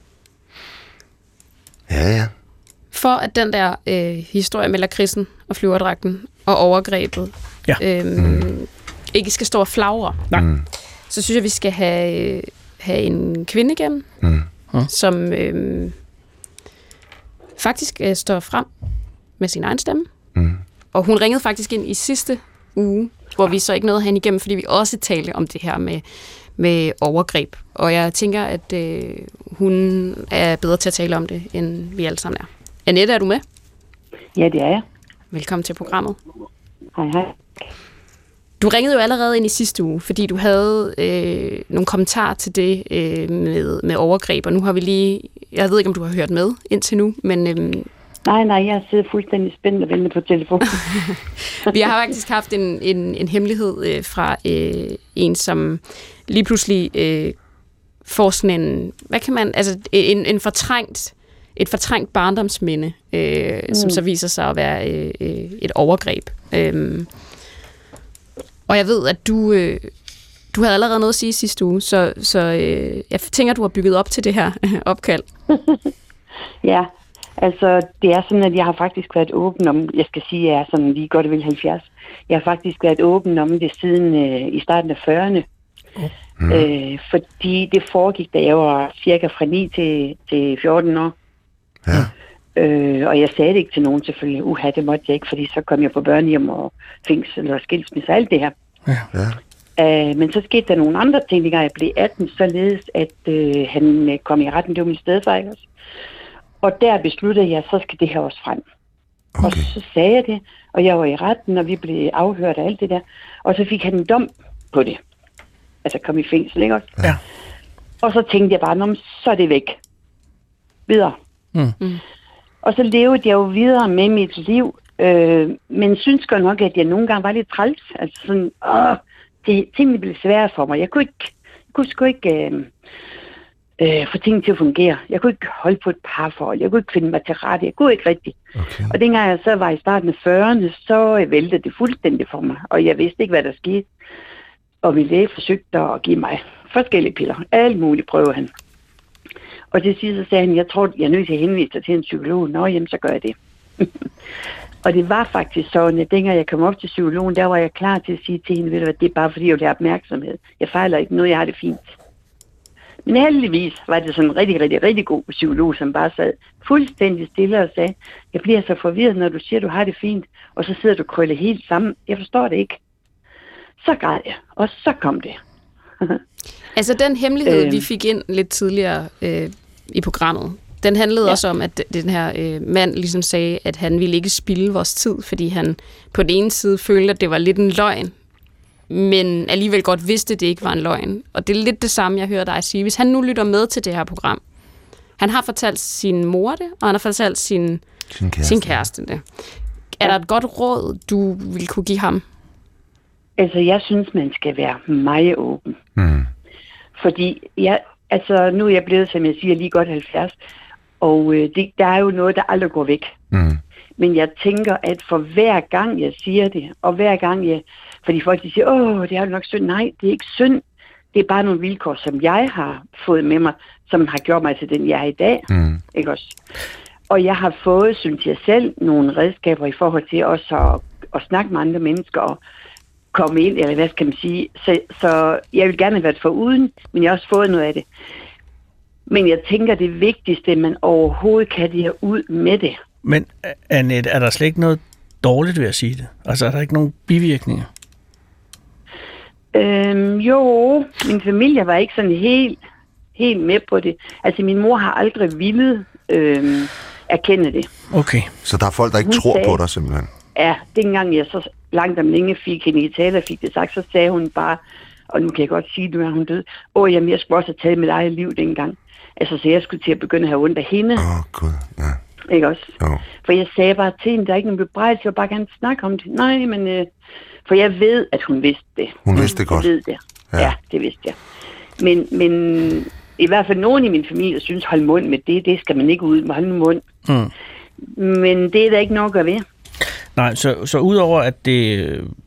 Ja, ja. For at den der øh, historie med lakridsen og flyverdragten og overgrebet ja. øhm, mm. ikke skal stå og flagre, mm. så synes jeg, vi skal have, have en kvinde igen, mm. som øh, faktisk øh, står frem med sin egen stemme. Mm. Og hun ringede faktisk ind i sidste uge, hvor vi så ikke nåede hende igennem, fordi vi også talte om det her med, med overgreb. Og jeg tænker, at øh, hun er bedre til at tale om det, end vi alle sammen er. Annette, er du med? Ja, det er jeg. Velkommen til programmet. Hej, hej. Du ringede jo allerede ind i sidste uge, fordi du havde øh, nogle kommentarer til det øh, med, med overgreb, og nu har vi lige... Jeg ved ikke, om du har hørt med indtil nu, men... Øh, Nej, nej, jeg sidder fuldstændig spændt og venter på telefonen. Vi har faktisk haft en, en, en hemmelighed øh, fra øh, en, som lige pludselig øh, får sådan en... Hvad kan man... Altså, en, en fortrængt... Et fortrængt barndomsminde, øh, mm. som så viser sig at være øh, et overgreb. Øhm, og jeg ved, at du, øh, du havde allerede noget at sige sidste uge, så, så øh, jeg tænker, du har bygget op til det her opkald. Ja, altså det er sådan, at jeg har faktisk været åben om, jeg skal sige, at jeg er sådan lige godt og vel halvfjerds. Jeg har faktisk været åben om det siden øh, i starten af fyrrerne. Mm. Øh, fordi det foregik, da jeg var cirka fra ni til, til fjorten år. Ja. Øh, og jeg sagde det ikke til nogen selvfølgelig. Uha, det måtte jeg ikke, fordi så kom jeg på børnehjem og fængsel og skilsmisse og alt det her. Ja. Øh, men så skete der nogle andre ting, da jeg blev atten, således at øh, han kom i retten. Det var min stedfar, ikke også? Og der besluttede jeg, så skal det her også frem. Okay. Og så sagde jeg det, og jeg var i retten, og vi blev afhørt af alt det der. Og så fik han en dom på det. Altså kom i fængsel, ikke også? Ja. Og så tænkte jeg bare, nå, så er det væk. Videre. Mm. Mm. Og så levede jeg jo videre med mit liv, øh, men synes godt nok, at jeg nogle gange var lidt træls. Altså sådan, åh, det, tingene blev svære for mig. Jeg kunne ikke, jeg kunne sgu ikke øh, øh, få tingene til at fungere. Jeg kunne ikke holde på et parforhold. Jeg kunne ikke finde mig til rette. Jeg kunne ikke rigtigt. Okay. Og dengang jeg så var i starten af fyrrerne, så væltede det fuldstændig for mig. Og jeg vidste ikke, hvad der skete. Og min læge forsøgte at give mig forskellige piller. Alt muligt prøvede han. Og til sidst så sagde han, jeg tror, jeg er nødt til at henvise dig til en psykolog. Nå, jamen, så gør jeg det. Og det var faktisk sådan, at dengang jeg kom op til psykologen, der var jeg klar til at sige til hende, ved du hvad, det er bare fordi, jeg vil have opmærksomhed. Jeg fejler ikke noget, jeg har det fint. Men heldigvis var det sådan en rigtig, rigtig, rigtig god psykolog, som bare sad fuldstændig stille og sagde, jeg bliver så forvirret, når du siger, du har det fint, og så sidder du krøllet helt sammen. Jeg forstår det ikke. Så græd jeg, og så kom det. Altså den hemmelighed, øh, vi fik ind lidt tidligere øh, i programmet, den handlede ja. også om, at den her øh, mand ligesom sagde, at han ville ikke spilde vores tid, fordi han på den ene side følte, at det var lidt en løgn, men alligevel godt vidste, at det ikke var en løgn. Og det er lidt det samme, jeg hører dig sige. Hvis han nu lytter med til det her program, han har fortalt sin mor det, og han har fortalt sin, sin, kæreste. sin kæreste det. Er der et godt råd, du vil kunne give ham? Altså, jeg synes, man skal være meget åben. Mm. Fordi, jeg, altså, nu er jeg blevet, som jeg siger, lige godt halvfjerds, og øh, det, der er jo noget, der aldrig går væk. Mm. Men jeg tænker, at for hver gang jeg siger det, og hver gang jeg... Fordi folk de siger, åh, det er jo nok synd. Nej, det er ikke synd. Det er bare nogle vilkår, som jeg har fået med mig, som har gjort mig til den, jeg er i dag. Mm. Ikke også? Og jeg har fået, synes jeg selv, nogle redskaber i forhold til også at, at snakke med andre mennesker og komme ind, eller hvad skal man sige. Så, så jeg vil gerne have været foruden, men jeg har også fået noget af det. Men jeg tænker, det vigtigste, man overhovedet kan, det er ud med det. Men Annette, er der slet ikke noget dårligt ved at sige det? Altså, er der ikke nogen bivirkninger? Øhm, jo, min familie var ikke sådan helt, helt med på det. Altså, min mor har aldrig villet øhm, erkende det. Okay. Så der er folk, der ikke hun tror sagde, på dig, simpelthen? Ja, dengang jeg så langt om længe fik hende i tale og fik det sagt, så sagde hun bare, og nu kan jeg godt sige, nu er hun død, åh, jamen, jeg skulle også have taget mit eget liv dengang. Altså, så jeg skulle til at begynde at have ondt af hende. Åh, oh, gud, ja. Ikke også? Jo. For jeg sagde bare til hende, der er ikke nogen bebrejdelse, jeg vil bare gerne snakke om det. Nej, men... Øh, for jeg ved, at hun vidste det. Hun vidste det godt? Jeg ved det. Ja. ja, det vidste jeg. Men, men i hvert fald nogen i min familie synes, hold mund med det. Det skal man ikke ud med. Hold mund. Mm. Men det er der ikke noget at gøre ved. Nej, så, så udover at det,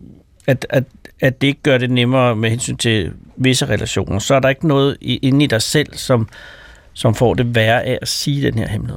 at, at, at det ikke gør det nemmere med hensyn til visse relationer, så er der ikke noget inde i dig selv, som, som får det værre af at sige den her hemmelighed?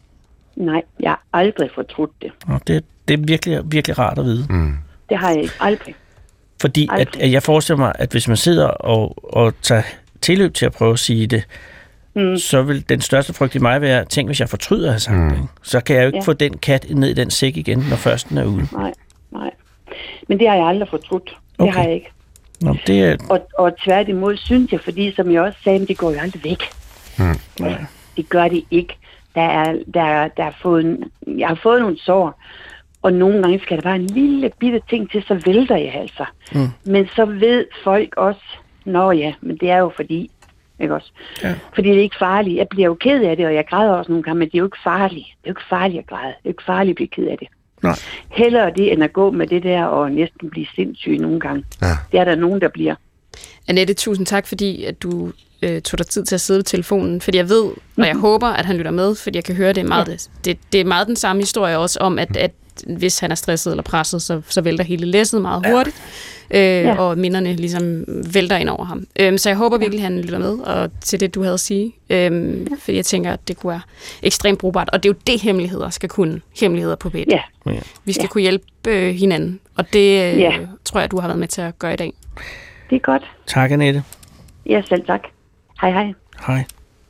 Nej, jeg har aldrig fortrudt det. Og det, det er virkelig, virkelig rart at vide. Mm. Det har jeg ikke. Aldrig. Fordi aldrig. At, at jeg forestiller mig, at hvis man sidder og, og tager tilløb til at prøve at sige det, mm. så vil den største frygt i mig være, tænk hvis jeg fortryder at have sagt mm. det. Så kan jeg jo ikke ja. få den kat ned i den sæk igen, når først den er ude. Nej, nej. Men det har jeg aldrig fortrudt. Okay. Det har jeg ikke. Nå, det er... og, og tværtimod synes jeg, fordi som jeg også sagde, det går jo aldrig væk. Mm. Ja. Det gør det ikke. Der er, der, der er fået, jeg har fået nogle sår, og nogle gange skal der bare en lille bitte ting til, så vælter jeg altså. Mm. Men så ved folk også, nå ja, men det er jo fordi, ikke også? Ja. Fordi det er ikke farligt. Jeg bliver jo ked af det, og jeg græder også nogle gange, men det er jo ikke farligt. Det er jo ikke farligt at græde. Det er jo ikke farligt at blive ked af det. Nej. Hellere det, end at gå med det der, og næsten blive sindssyg nogle gange. Ja. Det er der nogen, der bliver. Annette, tusind tak, fordi at du øh, tog dig tid til at sidde ved telefonen, fordi jeg ved, og jeg håber, at han lytter med, fordi jeg kan høre, det er meget, ja. det, det er meget den samme historie også om, at, at hvis han er stresset eller presset, så, så vælter hele læsset meget hurtigt, ja. øh, ja. og minderne ligesom vælter ind over ham. Øhm, så jeg håber virkelig, at han lytter med, og til det, du havde at sige, øhm, ja. fordi jeg tænker, at det kunne være ekstremt brugbart, og det er jo det, hemmeligheder skal kunne, hemmeligheder på P et. Ja. Vi skal ja. kunne hjælpe øh, hinanden, og det øh, ja. tror jeg, du har været med til at gøre i dag. Det er godt. Tak, Annette. Ja, selv tak. Hej, hej. Hej.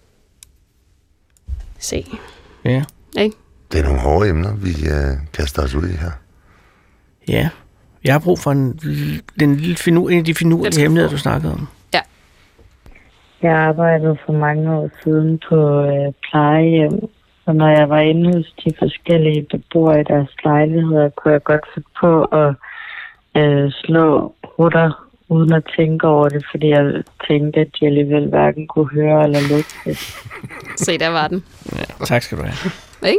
Se. Ja. Ikke? Det er nogle hårde emner, vi øh, kaster os ud i her. Ja. Jeg har brug for en, en, lille finu, en af de finurlige hemmeligheder, du snakkede om. Ja. Jeg arbejdede for mange år siden på øh, plejehjem, og når jeg var inde hos de forskellige beboere i deres lejligheder, kunne jeg godt finde på at øh, slå rutter uden at tænke over det, fordi jeg tænkte, at de alligevel hverken kunne høre eller lugte det. Se, der var den. Ja, tak skal du have. Ikke?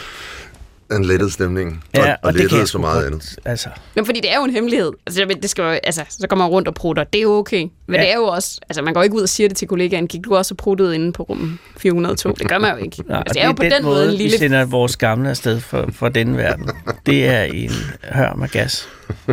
En lettet stemning. Ja, og, og, og det kan jeg så meget andet. Altså. Men fordi det er jo en hemmelighed. Altså, det skal jo, altså, så kommer man rundt og prutter. Det er jo okay. Men ja. Det er jo også... Altså, man går ikke ud og siger det til kollegaen. Gik du også og pruttede inde på rum fire hundrede og to? Det gør man jo ikke. Ja, altså, det er er jo jo på den, den måde en lille... vi sender vores gamle afsted for, for denne verden. Det er en hør med gas.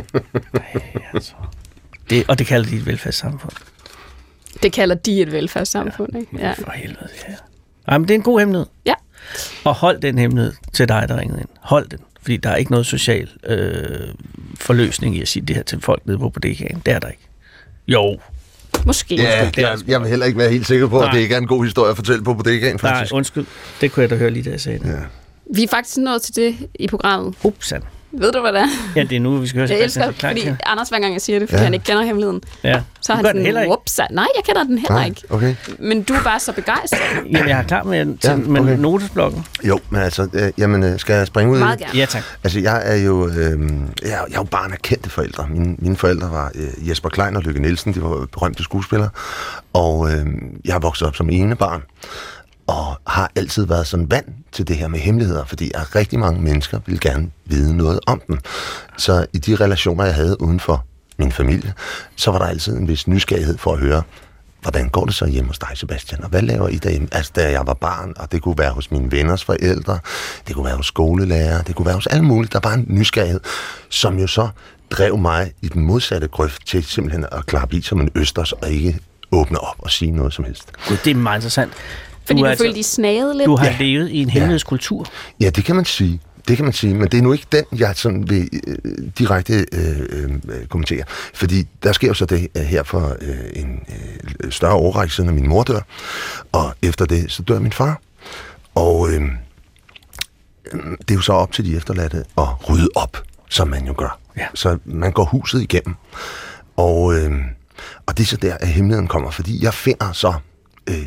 Ej, altså. det, og det kalder de et velfærdssamfund. Det kalder de et velfærdssamfund, ja. ikke? Ja. For helvede, ja. Ej, men det er en god hemmelighed. Ja. Og hold den hemmelighed til dig, der ringede ind. Hold den. Fordi der er ikke noget social øh, forløsning i at sige det her til folk nede på bodegaen. Det er der ikke. Jo. Måske. Ja, måske. jeg, jeg vil heller ikke være helt sikker på, Nej. at det ikke er en god historie at fortælle på bodegaen, faktisk. Nej, undskyld. Det kunne jeg da høre lige, da jeg sagde det. Ja. Vi er faktisk nået til det i programmet. Upsan. Ved du, hvad det er? Ja, det er nu, vi skal høre. Jeg elsker, fordi her. Anders, hver gang jeg siger det, fordi ja. han ikke kender hemmeligheden. Ja. Så har han sådan, whoops, nej, jeg kender den heller Nej, ikke. Okay. Men du er bare så begejstret. Jamen, jeg er klar med, til, ja, okay. med notesblokken. Jo, men altså, øh, jamen, skal jeg springe ud? Meget gerne. Ja, tak. Altså, jeg er jo, øh, jeg, er, jeg er jo barn af kendte forældre. Mine, mine forældre var øh, Jesper Klein og Lykke Nielsen, de var berømte skuespillere. Og øh, jeg har vokset op som ene barn. Og har altid været sådan vant til det her med hemmeligheder, fordi jeg rigtig mange mennesker vil gerne vide noget om dem. Så i de relationer, jeg havde uden for min familie, så var der altid en vis nysgerrighed for at høre, hvordan går det så hjemme hos dig, Sebastian? Og hvad laver I derhjemme? Altså, da jeg var barn, og det kunne være hos mine venners forældre, det kunne være hos skolelærer, det kunne være hos alle mulige. Der var en nysgerrighed, som jo så drev mig i den modsatte grøft til simpelthen at klappe i som en østers, og ikke åbne op og sige noget som helst. Det er meget interessant. Fordi du, du altså, følte, de snagede lidt? Du har ja. levet i en hemmelighedskultur. Ja. ja, det kan man sige. Det kan man sige, men det er nu ikke den, jeg sådan vil øh, direkte øh, øh, kommentere. Fordi der sker jo så det øh, her for øh, en øh, større overrække siden, at min mor dør. Og efter det, så dør min far. Og øh, det er jo så op til de efterladte at rydde op, som man jo gør. Ja. Så man går huset igennem. Og, øh, og det er så der, at hemmeligheden kommer, fordi jeg finder så... Øh,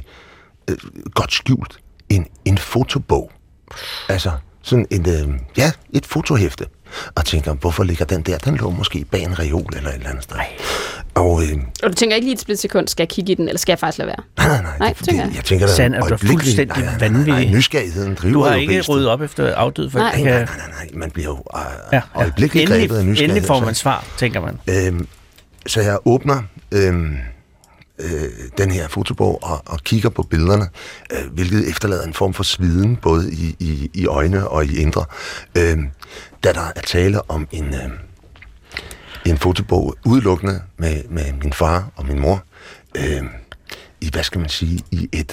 godt skjult en, en fotobog. Altså sådan et, øh, ja, et fotohæfte. Og tænker, hvorfor ligger den der? Den lå måske bag en reol eller et eller andet sted. Og, øh, og du tænker ikke lige et splitsekund, skal jeg kigge i den, eller skal jeg faktisk lade være? Nej, nej, nej. nej det, det, jeg. jeg tænker, der Sand, er du fuldstændig nej, nej, nej, nej, nej, nysgerrigheden driver. Du har ikke ryddet op efter afdød? For nej, nej, nej, nej, nej. Man bliver jo øh, ja, øjeblikkeligt ja. grebet af nysgerrighed. Endelig får man svar, tænker man. Øh, så jeg åbner... Øh, den her fotobog og, og kigger på billederne, øh, hvilket efterlader en form for sviden, både i, i, i øjne og i indre. Øh, da der er tale om en, øh, en fotobog udelukkende med, med min far og min mor, øh, i, hvad skal man sige, i et,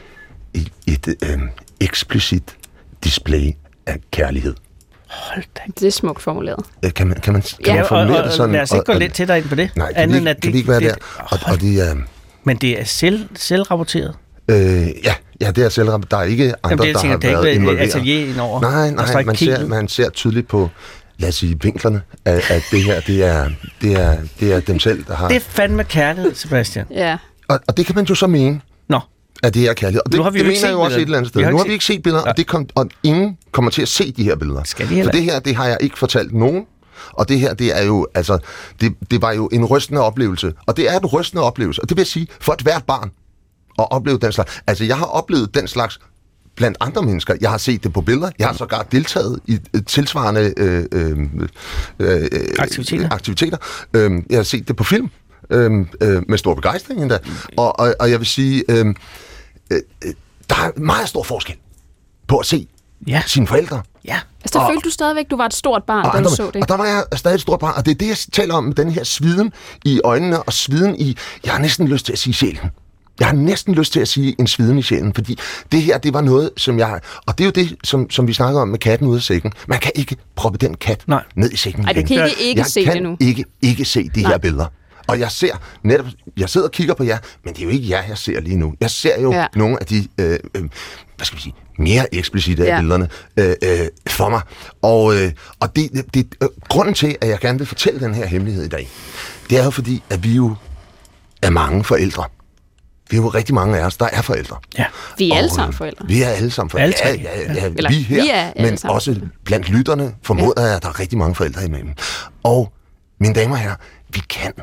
i et øh, eksplicit display af kærlighed. Hold da. Det er smukt formuleret. Kan man, kan man, kan ja, man formulere og, og, det sådan? Lad os ikke gå lidt tættere ind på det. Nej, kan, vi, kan det, vi ikke være det, der? Og, og de, øh, men det er selv, selvrapporteret? Øh, ja, ja, det er selvrapporteret. Der er ikke andre, Jamen, det, der tænker, har været involveret. Atelier indover. Nej, nej, man ser, man ser tydeligt på, lad os sige, vinklerne, at, at det her, det er, det, er, det er dem selv, der har... Det er fandme kærlighed, Sebastian. Ja. Og, og det kan man jo så mene. Nå. At det er kærlighed. Og det, nu har vi det jo mener jeg jo også et eller andet sted. Nu har vi ikke set billeder, og, det kom, og ingen kommer til at se de her billeder. Skal de heller? For det her, det har jeg ikke fortalt nogen. Og det her, det er jo, altså, det, det var jo en rystende oplevelse. Og det er en rystende oplevelse. Og det vil jeg sige, for et hvert barn at opleve den slags. Altså, jeg har oplevet den slags blandt andre mennesker. Jeg har set det på billeder. Jeg har sågar deltaget i tilsvarende øh, øh, øh, aktiviteter. aktiviteter. Øh, jeg har set det på film. Øh, øh, med stor begejstring endda. Og, og, og jeg vil sige, øh, øh, der er meget stor forskel på at se ja. sine forældre. Ja. Altså, der følte du stadigvæk, du var et stort barn, da andre, du så det. Og der var jeg stadig et stort barn, og det er det, jeg taler om med den her sviden i øjnene, og sviden i, jeg har næsten lyst til at sige sjælen. Jeg har næsten lyst til at sige en sviden i sjælen, fordi det her, det var noget, som jeg... Og det er jo det, som, som vi snakker om med katten ude af sækken. Man kan ikke proppe den kat Nej. ned i sækken. Nej, du kan ikke, ikke jeg se det nu. Jeg kan ikke, ikke se de Nej. her billeder. Og jeg ser netop, jeg sidder og kigger på jer, men det er jo ikke jer, jeg ser lige nu. Jeg ser jo ja. nogle af de, øh, øh, hvad skal vi sige, mere eksplicite ja. af billederne øh, øh, for mig. Og, øh, og det, det, øh, grunden til, at jeg gerne vil fortælle den her hemmelighed i dag, det er jo fordi, at vi jo er mange forældre. Vi er jo rigtig mange af os, der er forældre. Ja. Vi er og, alle sammen forældre. Vi er alle sammen forældre. Alle ja, ja, ja, Eller, vi her, vi er men sammen. også blandt lytterne formoder jeg, at der er rigtig mange forældre imellem. Og mine damer og herrer, vi kan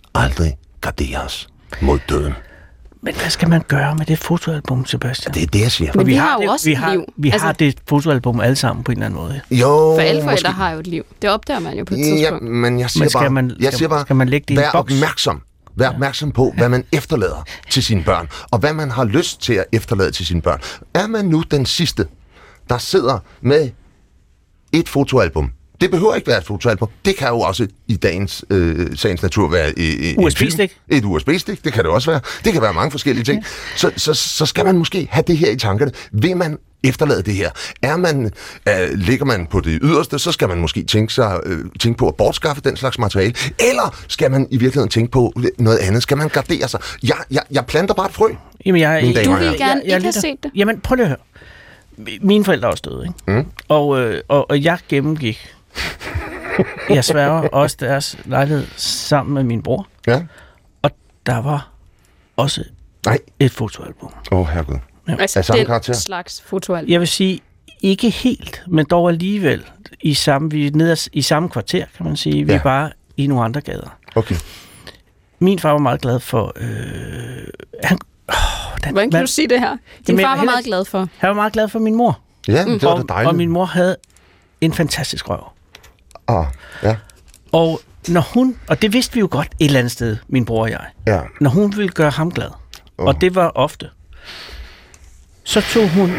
aldrig gardere os mod døden. Men hvad skal man gøre med det fotoalbum, Sebastian? Det er det, jeg siger. Men vi, vi har, har jo det, også vi et har, liv. Vi altså, har det fotoalbum alle sammen på en eller anden måde. Jo, for alle forældre måske. har jo et liv. Det opdager man jo på et Ja, tidspunkt. men jeg siger Men skal bare, man- jeg skal- siger bare skal man lægge det i en vær boks? opmærksom. Vær opmærksom på, hvad man efterlader til sine børn, og hvad man har lyst til at efterlade til sine børn. Er man nu den sidste, der sidder med et fotoalbum? Det behøver ikke være et fotoalbum. Det kan jo også i dagens øh, sagens natur være i, i, U S B-stik. Et U S B-stik, det kan det også være. Det kan være mange forskellige ting. Så, så, så skal man måske have det her i tankerne. Vil man efterlade det her? Er man, øh, ligger man på det yderste, så skal man måske tænke, sig, øh, tænke på at bortskaffe den slags materiale. Eller skal man i virkeligheden tænke på noget andet? Skal man gardere sig? Jeg, jeg, jeg planter bare et frø. Jamen, jeg, Mine damer Du og ville herrer. gerne ikke have lidt- set det. Jamen, prøv lige at høre. Mine forældre er også døde, ikke? Mm. Og, øh, og, og jeg gennemgik, jeg sværger også deres lejlighed sammen med min bror. Ja? Og der var også Nej. et fotoalbum. Åh, oh, herregud. Altså, Af samme den karakter? slags fotoalbum. Jeg vil sige, ikke helt, men dog alligevel i samme, vi er nede i samme kvarter, kan man sige. Vi Ja. er bare i nogle andre gader. Okay. Min far var meget glad for... Øh, han, åh, den, Hvordan kan man, du sige det her? Din Jamen, far jeg var heller meget ikke- glad for. Han var meget glad for min mor. Ja, men det var da Og, dejligt. og min mor havde en fantastisk røv. Ah, ja, Og når hun, og det vidste vi jo godt et eller andet sted, min bror og jeg, ja. når hun ville gøre ham glad, Oh. og det var ofte, så tog hun...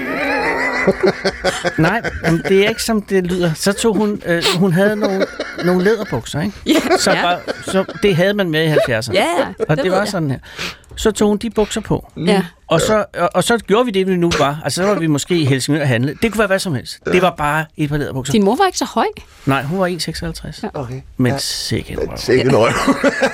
Nej, men det er ikke som det lyder. Så tog hun, øh, hun havde nogle, nogle læderbukser, ikke? Ja, Så, ja. var, så det havde man med i halvfjerdserne. Ja, Og det, ved var jeg. sådan her. Så tog hun de bukser på. Ja. Og så, og, og så gjorde vi det, vi nu var. Altså, så var vi måske i Helsingør og handle. Det kunne være hvad som helst. Det var bare et par læderbukser. Din mor var ikke så høj. Nej, hun var en komma seksoghalvtreds. Okay. Men sikke en røv. Sikke en røv.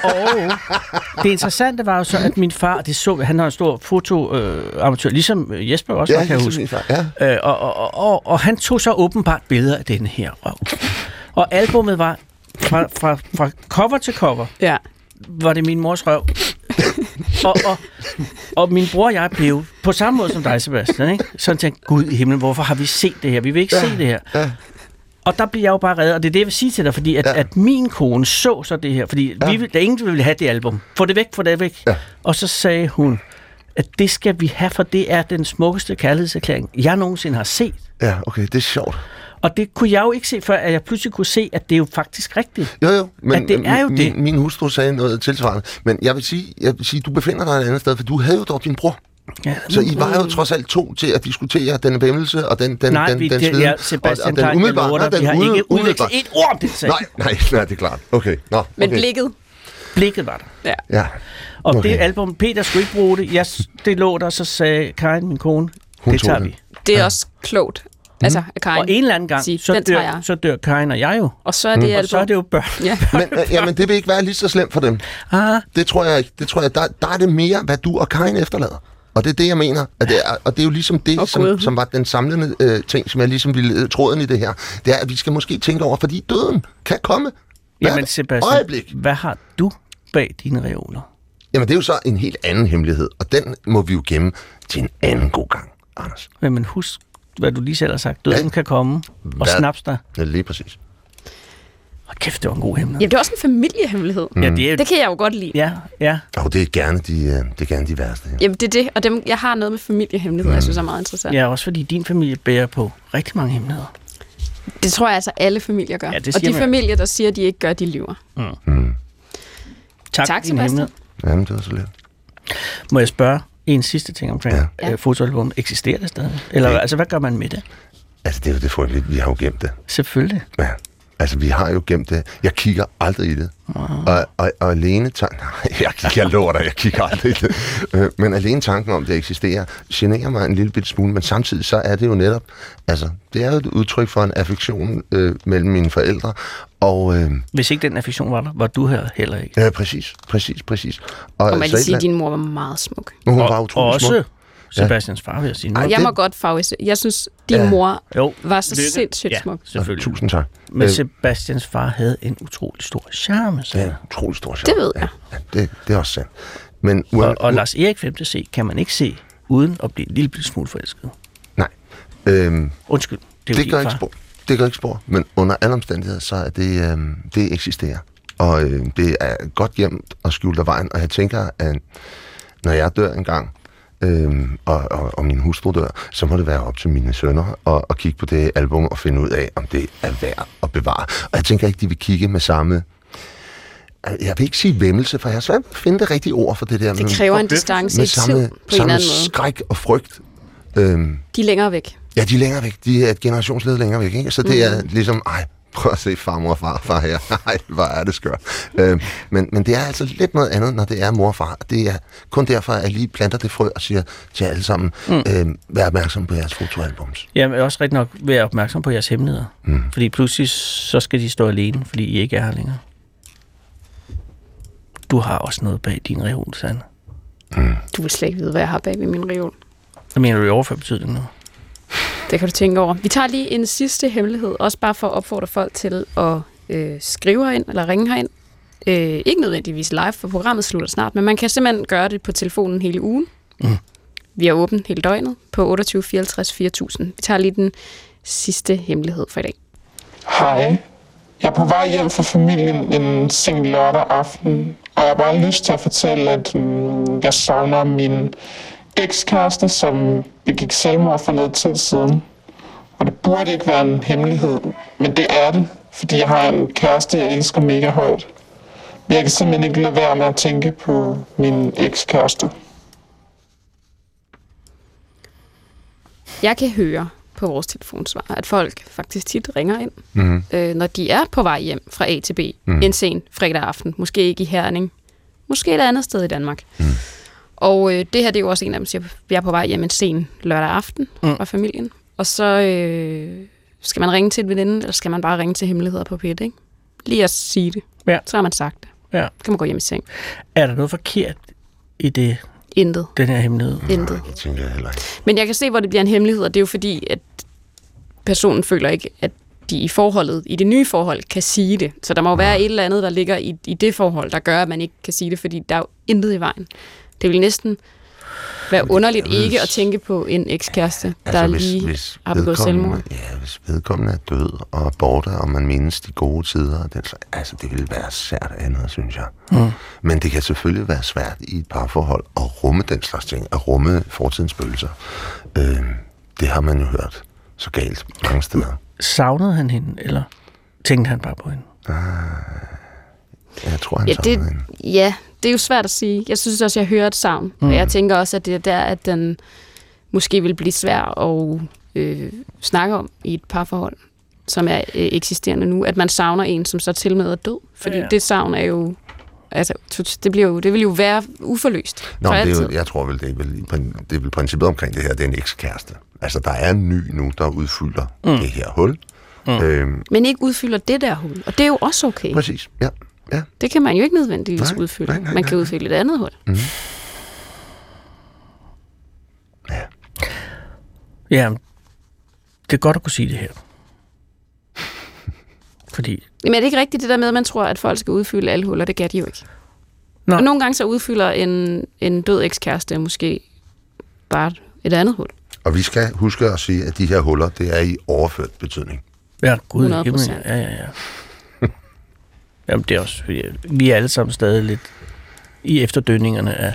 Og det interessante var jo så, at min far, det så, han har en stor fotoamatør, øh, ligesom Jesper også, Ja, kan jeg ligesom huske. min far, ja. Øh, og, og, og, og han tog så åbenbart billeder af denne her røv. Og albummet var fra, fra, fra cover til cover, Ja. var det min mors røv. og, og, og min bror og jeg blev på samme måde som dig, Sebastian, ikke? Sådan tænkte, Gud i himlen, hvorfor har vi set det her? Vi vil ikke ja, se det her. Ja. Og der blev jeg jo bare reddet, og det er det, jeg vil sige til dig, fordi at, Ja. ja. at min kone så så det her, fordi Ja. ja. vi, vil- der er ingen, der ville have det album. Få det væk, få det væk. Ja. Og så sagde hun, at det skal vi have, for det er den smukkeste kærlighedserklæring, jeg nogensinde har set. Ja, okay, det er sjovt. Og det kunne jeg jo ikke se, før at jeg pludselig kunne se, at det er jo faktisk rigtigt. Jo, jo, men At det er jo min, det. min hustru sagde noget tilsvarende. Men jeg vil sige, jeg vil sige, du befinder dig et andet sted, for du havde jo dog din bror. Ja. Så I var jo trods alt to til at diskutere den væmmelse og den, den, Nej, den, vi, den det, sveden. ja, Sebastian, og, og den Klein, jeg umiddelbare, lover nej, dig, vi den har ude- ikke udvekslet umiddelbare- et ord om det sag. Nej, nej, nej, det er klart. Okay, nå, okay. Men blikket. Blikket var der. Ja, Og Okay. det album, Peter skulle ikke bruge det. Jeg, det lå der, så sagde Karin, min kone, Hun det tog tager den. vi. Det er også klogt. Altså, af Karin. Og en eller anden gang, Sige, så den tager dør, jeg. så dør Karin og jeg jo. Og så er det Og så er det jo børn. Ja. men, øh, jamen, det vil ikke være lige så slemt for dem. Ah, Det tror jeg ikke. Det tror jeg, der, der er det mere, hvad du og Karin efterlader. Og det er det, jeg mener. At det er, og det er jo ligesom det, Åh, som, Gud. som var den samlende øh, ting, som jeg ligesom ville øh, tråden i det her. Det er, at vi skal måske tænke over, fordi døden kan komme. Hvad jamen Sebastian, øjeblik. hvad har du bag dine reoler? Jamen, det er jo så en helt anden hemmelighed, og den må vi jo gemme til en anden god gang, Anders. Men husk, hvad du lige selv har sagt. Døden Ja. kan komme og Hvad? snaps dig. Ja, lige præcis. Hold kæft, det var en god hemmelighed. Jamen, det er også en familiehemmelighed. Ja, det er Det kan jeg jo godt lide. Ja, ja. Og det er gerne de, øh, det er gerne de værste. Ja. Jamen, det er det. Og dem, jeg har noget med familiehemmeligheder, jeg synes er meget interessant. Ja, også fordi din familie bærer på rigtig mange hemmeligheder. Det tror jeg altså, alle familier gør. Ja, det og siger de man. familier, der siger, at de ikke gør, de lyver. Mm. Tak, Tak, for din Sebastian. hemmelighed. Jamen, det var så lidt. Må jeg spørge en sidste ting omkring Ja. ja. øh, fotoalbum? Eksisterer det stadig? Eller Ja. altså, hvad gør man med det? Altså, det er jo det frygteligt. Vi har jo gemt det. Selvfølgelig. Ja. Altså, vi har jo gemt det. Jeg kigger aldrig i det. Wow. Og, og, og alene tanken... Jeg, jeg lover dig, jeg kigger aldrig i det. Øh, Men alene tanken om, det eksisterer, generer mig en lille bitte smule. Men samtidig så er det jo netop... Altså, det er jo et udtryk for en affektion øh, mellem mine forældre. Og... Øh, Hvis ikke den affektion var der, var du her heller ikke. ja, præcis, præcis, præcis. Og man så kan et sige, at eller din mor var meget smuk. andet- Hun og, var og utrolig også smuk. Sebastians far, vil jeg sige. Ej, Jeg det- må godt favorisere. Jeg synes, din Ja. mor Jo, var så lykke. sindssygt ja, smuk. selvfølgelig. Tusind tak. Men Øh, Sebastians far havde en utrolig stor charme, så. Ja, utrolig stor Det ved jeg. Ja, ja, det, det er også sandt. Men Og, og Lars Erik femte C kan man ikke se, uden at blive en lille smule forelsket. nej, øhm, Undskyld, det er jo det din gør ikke far. spor. Det gør ikke spor, men under alle omstændigheder, så er det, øhm, det eksisterer. Og øh, det er godt gemt og skjult af vejen, og jeg tænker, at når jeg dør engang, øh, og, og, og min hustru dør, så må det være op til mine sønner at, at kigge på det album og finde ud af, om det er værd at bevare. Og jeg tænker ikke, de vil kigge med samme... Jeg vil ikke sige væmmelse, for jeg har svært at finde det rigtige ord for det der. Det kræver en distance i tid på en eller anden måde. Skræk og frygt. Øhm, de er længere væk. Ja, de er længere væk. De er et generationsled længere væk, ikke? Så det mm. er ligesom, ej, prøv at se farmor og farfar her. Ej, hvor er det skørt. øhm, men, men det er altså lidt noget andet, når det er mor og far. Det er kun derfor, at jeg lige planter det frø og siger til alle sammen, mm. øhm, vær opmærksom på jeres fotoalbums. Ja, men også rigtig nok være opmærksom på jeres hemmeligheder. Mm. Fordi pludselig, så skal de stå alene, fordi I ikke er her længere. Du har også noget bag din reol, Sanne. Mm. Du vil slet ikke vide, hvad jeg har bag ved min reol. Hvad mener du i overført betydning nu? Det kan du tænke over. Vi tager lige en sidste hemmelighed, også bare for at opfordre folk til at øh, skrive herind, eller ringe herind. Øh, ikke nødvendigvis live, for programmet slutter snart, men man kan simpelthen gøre det på telefonen hele ugen. Mm. Vi er åbent hele døgnet på otteogtyve fireoghalvtreds fire tusind. Vi tager lige den sidste hemmelighed for i dag. Hej. Jeg er på vej hjem fra familien en sen lørdag aften, og jeg har bare lyst til at fortælle, at mm, jeg savner min ekskæreste, som begik selvmord for noget tid siden. Og det burde ikke være en hemmelighed, men det er det, fordi jeg har en kæreste, jeg elsker mega højt. Men jeg kan simpelthen ikke lade være med at tænke på min ekskæreste. Jeg kan høre på vores telefonsvar, at folk faktisk tit ringer ind, mm. øh, når de er på vej hjem fra A til B mm. en sen fredag aften. Måske ikke i Herning, måske et andet sted i Danmark. Mm. Og øh, det her, det er jo også en af dem, der siger, vi er på vej hjem en sen lørdag aften mm. fra familien. Og så øh, skal man ringe til et veninde, eller skal man bare ringe til hemmeligheder på P et, ikke? Lige at sige det. Ja. Så har man sagt det. Ja. Så kan man gå hjem i seng. Er der noget forkert i det? Intet. Den her hemmelighed? Intet. Nej, det tænker jeg heller ikke. Men jeg kan se, hvor det bliver en hemmelighed, og det er jo fordi, at personen føler ikke, at de i forholdet, i det nye forhold, kan sige det. Så der må jo være et eller andet, der ligger i, i det forhold, der gør, at man ikke kan sige det, fordi der er jo intet i vejen. Det vil næsten være underligt hvis, ikke at tænke på en ekskæreste, altså, der hvis, lige hvis har begået selvmord. Ja, hvis vedkommende er død og er borte, og man mindes de gode tider, den, altså det vil være svært andet, synes jeg. Mm. Men det kan selvfølgelig være svært i et parforhold at rumme den slags ting, at rumme fortidens spøgelser. Øh, det har man jo hørt så galt mange steder. Savnede han hende, eller tænkte han bare på hende? Ah, jeg tror, han ja, savnede det, hende. Ja, det er jo svært at sige. Jeg synes også, jeg hører et savn. Mm. Og jeg tænker også, at det er der, at den måske vil blive svær at øh, snakke om i et parforhold, som er øh, eksisterende nu. At man savner en, som så til med er død. Fordi ja, ja. det savn er jo... Altså, det, bliver jo, det vil jo være uforløst. Nå, det er jo, jeg tror vel, det er vel, det er vel princippet omkring det her, det er en ekskæreste. Altså, der er en ny nu, der udfylder mm. det her hul. Mm. Øhm, Men ikke udfylder det der hul. Og det er jo også okay. Præcis, ja. ja. Det kan man jo ikke nødvendigvis nej, udfylde. Nej, nej, man kan nej, udfylde et andet hul. Mm. Ja. Ja, det er godt at kunne sige det her. Fordi... Men er det ikke rigtigt det der med, at man tror, at folk skal udfylde alle huller? Det kan de jo ikke. Nå. Og nogle gange så udfylder en, en død ekskæreste måske bare et andet hul. Og vi skal huske at sige, at de her huller, det er i overført betydning. Ja, gud, hundrede procent. Ja, ja, ja. Jamen, det er også, vi er alle sammen stadig lidt i efterdønningerne af,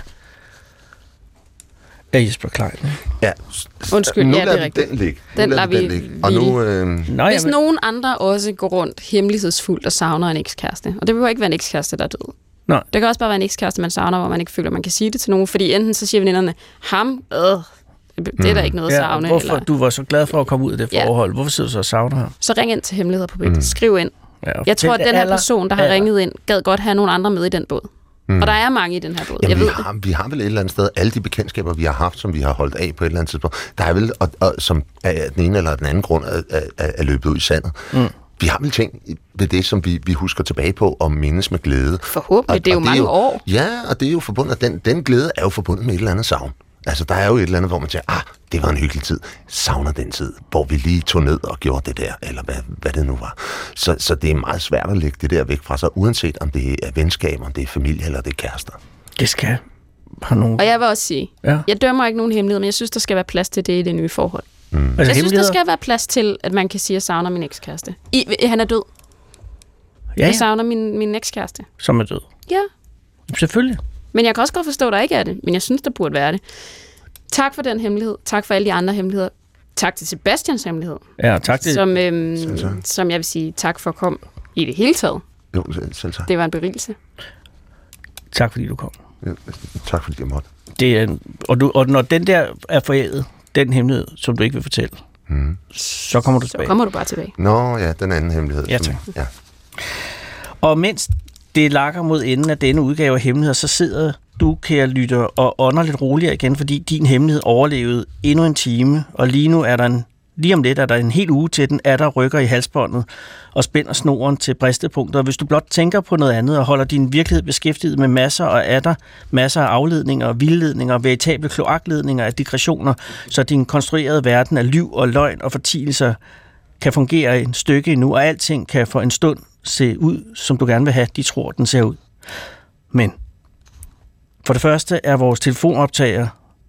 af Jesper Klein. Ja. Undskyld, nu ja, det er rigtigt. Den ligge. Den lader vi ligge. Og nu, øh... Nå, Hvis nogen andre også går rundt hemmelighedsfuldt og savner en ekskæreste, og det behøver ikke være en ekskæreste, der er død. Nå. Det kan også bare være en ekskæreste, man savner, hvor man ikke føler, man kan sige det til nogen, fordi enten så siger veninderne, ham, øh, det er der ikke noget at savne. Ja, hvorfor eller... du var så glad for at komme ud af det forhold? Ja. Hvorfor sidder du så og savner ham? Så ring ind til Hemmeligheder på P et. Mm. Skriv ind. Ja, jeg tror, at den her person, der har aller... ringet ind, gad godt have nogle andre med i den båd. Mm. Og der er mange i den her båd. Jamen, jeg vi, ved har, vi har vel et eller andet sted, alle de bekendtskaber, vi har haft, som vi har holdt af på et eller andet tidspunkt, der er vel, og, og, som af den ene eller den anden grund er, er, er løbet ud i sandet. Mm. Vi har vel ting ved det, som vi, vi husker tilbage på og mindes med glæde. Forhåbentlig, og, det er jo og mange det er jo, år. Ja, og det er jo forbundet, den, den glæde er jo forbundet med et eller andet savn. Altså, der er jo et eller andet, hvor man siger, ah, det var en hyggelig tid. Savner den tid, hvor vi lige tog ned og gjorde det der, eller hvad, hvad det nu var. Så, så det er meget svært at lægge det der væk fra sig, uanset om det er venskab, om det er familie eller det er kærester. Det skal have nogen... Og jeg vil også sige, ja. jeg dømmer ikke nogen hemmelighed, men jeg synes, der skal være plads til det i det nye forhold. Mm. Altså, jeg synes, der skal være plads til, at man kan sige, at jeg savner min ekskæreste. I, han er død. Ja, jeg savner min, min ekskæreste. Som er død? Ja. Selvfølgelig. Men jeg kan også godt forstå, at der ikke er det. Men jeg synes, der burde være det. Tak for den hemmelighed. Tak for alle de andre hemmeligheder. Tak til Sebastians hemmelighed. Ja, tak til... Som, øhm, som jeg vil sige tak for at komme i det hele taget. Jo, selv tak. Det var en berigelse. Tak fordi du kom. Ja, tak fordi jeg måtte. Det er, og, du, og når den der er forældet, den hemmelighed, som du ikke vil fortælle, mm. så kommer du tilbage. Så kommer du bare tilbage. Nå ja, den anden hemmelighed. Ja, tak. Som, ja. Og mens det lakker mod enden af denne udgave af hemmeligheder, så sidder du, kære lytter, og ånder lidt roligere igen, fordi din hemmelighed overlevede endnu en time, og lige nu er der en, lige om lidt er der en hel uge til den, er der rykker i halsbåndet og spænder snoren til bristepunkter. Og hvis du blot tænker på noget andet og holder din virkelighed beskæftiget med masser og atter, masser af afledninger og vildledninger og veritable kloakledninger af digressioner, så din konstruerede verden af lyv og løgn og fortielser kan fungere en stykke endnu, og alting kan for en stund se ud, som du gerne vil have, de tror, den ser ud. Men for det første er vores telefonoptager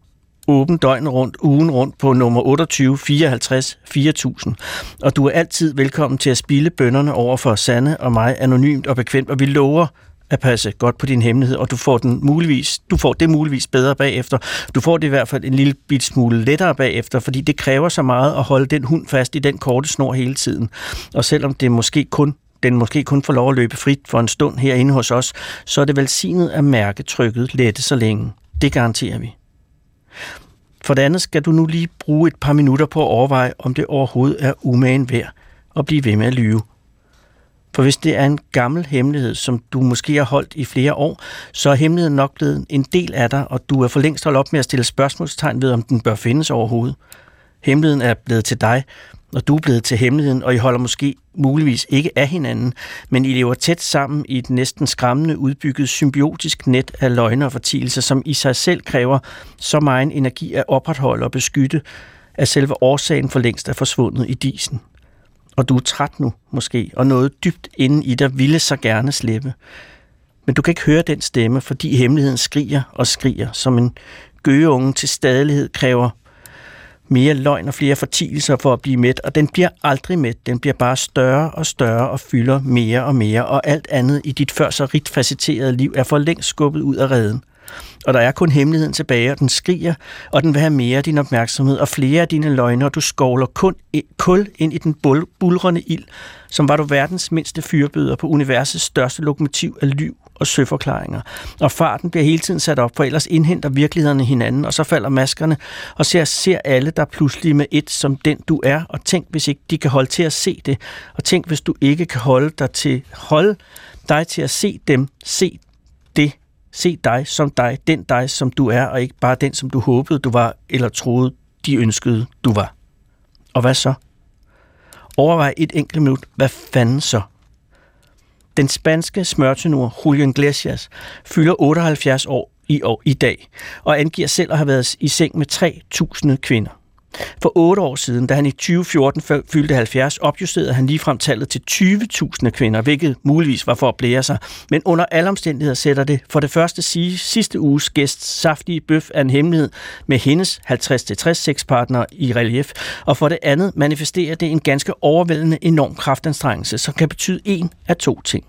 åben døgnet rundt, ugen rundt på nummer otteogtyve fireoghalvtreds fire tusind. Og du er altid velkommen til at spilde bønnerne over for Sanne og mig anonymt og bekvemt, og vi lover at passe godt på din hemmelighed, og du får, den muligvis, du får det muligvis bedre bagefter. Du får det i hvert fald en lille bit smule lettere bagefter, fordi det kræver så meget at holde den hund fast i den korte snor hele tiden. Og selvom det måske kun den måske kun får lov at løbe frit for en stund herinde hos os, så er det velsignet at mærke trykket lette så længe. Det garanterer vi. For det andet skal du nu lige bruge et par minutter på at overveje, om det overhovedet er umagen værd at blive ved med at lyve. For hvis det er en gammel hemmelighed, som du måske har holdt i flere år, så er hemmeligheden nok blevet en del af dig, og du er for længst holdt op med at stille spørgsmålstegn ved, om den bør findes overhovedet. Hemmeligheden er blevet til dig, og du er blevet til hemmeligheden, og I holder måske muligvis ikke af hinanden, men I lever tæt sammen i et næsten skræmmende udbygget symbiotisk net af løgne og fortielser, som i sig selv kræver så meget energi at opretholde og beskytte, at selve årsagen for længst er forsvundet i disen. Og du er træt nu, måske, og noget dybt inde i dig ville så gerne slippe. Men du kan ikke høre den stemme, fordi hemmeligheden skriger og skriger, som en gøgeunge til stadighed kræver mere løgn og flere fortielser for at blive mæt, og den bliver aldrig mæt. Den bliver bare større og større og fylder mere og mere, og alt andet i dit før så rigt facetterede liv er for længst skubbet ud af reden. Og der er kun hemmeligheden tilbage, og den skriger, og den vil have mere af din opmærksomhed og flere af dine løgner, og du skovler kun kul ind i den bul- bulrende ild, som var du verdens mindste fyrbøder på universets største lokomotiv af liv og søforklaringer. Og farten bliver hele tiden sat op, for ellers indhenter virkelighederne hinanden, og så falder maskerne, og ser, ser alle der pludselig med et som den du er, og tænk hvis ikke de kan holde til at se det, og tænk hvis du ikke kan holde dig til, holde dig til at se dem, se det, se dig som dig, den dig som du er, og ikke bare den som du håbede du var, eller troede de ønskede du var. Og hvad så? Overvej et enkelt minut, hvad fanden så? Den spanske smørtenor Julio Iglesias fylder otteoghalvfjerds år i år i dag, og angiver selv at have været i seng med tre tusind kvinder. For otte år siden, da han i tyve fjorten fyldte halvfjerds, opjusterede han ligefrem tallet til tyve tusind kvinder, hvilket muligvis var for at blære sig. Men under alle omstændigheder sætter det for det første sige, sidste uges gæst saftige bøf af en hemmelighed med hendes halvtreds til tres sexpartnere i relief, og for det andet manifesterer det en ganske overvældende enorm kraftanstrengelse, som kan betyde en af to ting.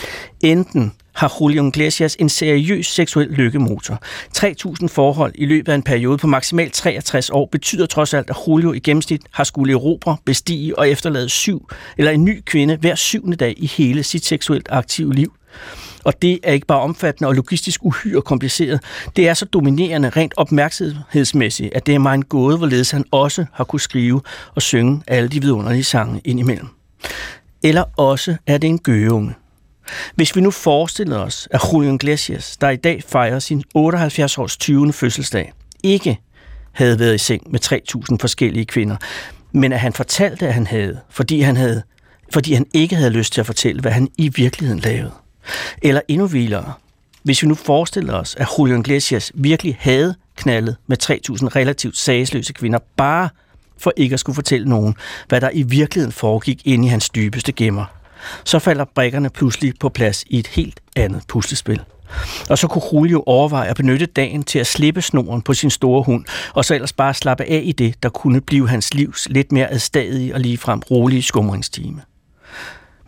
Enten har Julio Iglesias en seriøs seksuel lykkemotor. tre tusind forhold i løbet af en periode på maksimalt treogtres år betyder trods alt, at Julio i gennemsnit har skulle erobre, bestige og efterlade syv eller en ny kvinde hver syvende dag i hele sit seksuelt aktive liv. Og det er ikke bare omfattende og logistisk uhyre kompliceret. Det er så dominerende rent opmærksomhedsmæssigt, at det er mig en gåde, hvorledes han også har kunne skrive og synge alle de vidunderlige sange indimellem. Eller også er det en gøgeunge. Hvis vi nu forestiller os, at Julio Iglesias, der i dag fejrer sin otteoghalvfjerds års tyvende fødselsdag, ikke havde været i seng med tre tusind forskellige kvinder, men at han fortalte, at han havde, fordi han, havde, fordi han ikke havde lyst til at fortælle, hvad han i virkeligheden lavede. Eller endnu vildere, hvis vi nu forestiller os, at Julio Iglesias virkelig havde knaldet med tre tusind relativt sagsløse kvinder, bare for ikke at skulle fortælle nogen, hvad der i virkeligheden foregik inde i hans dybeste gemmer, så falder brikkerne pludselig på plads i et helt andet puslespil. Og så kunne Julio overveje at benytte dagen til at slippe snoren på sin store hund, og så ellers bare slappe af i det, der kunne blive hans livs lidt mere adstadige og ligefrem rolige skumringstime.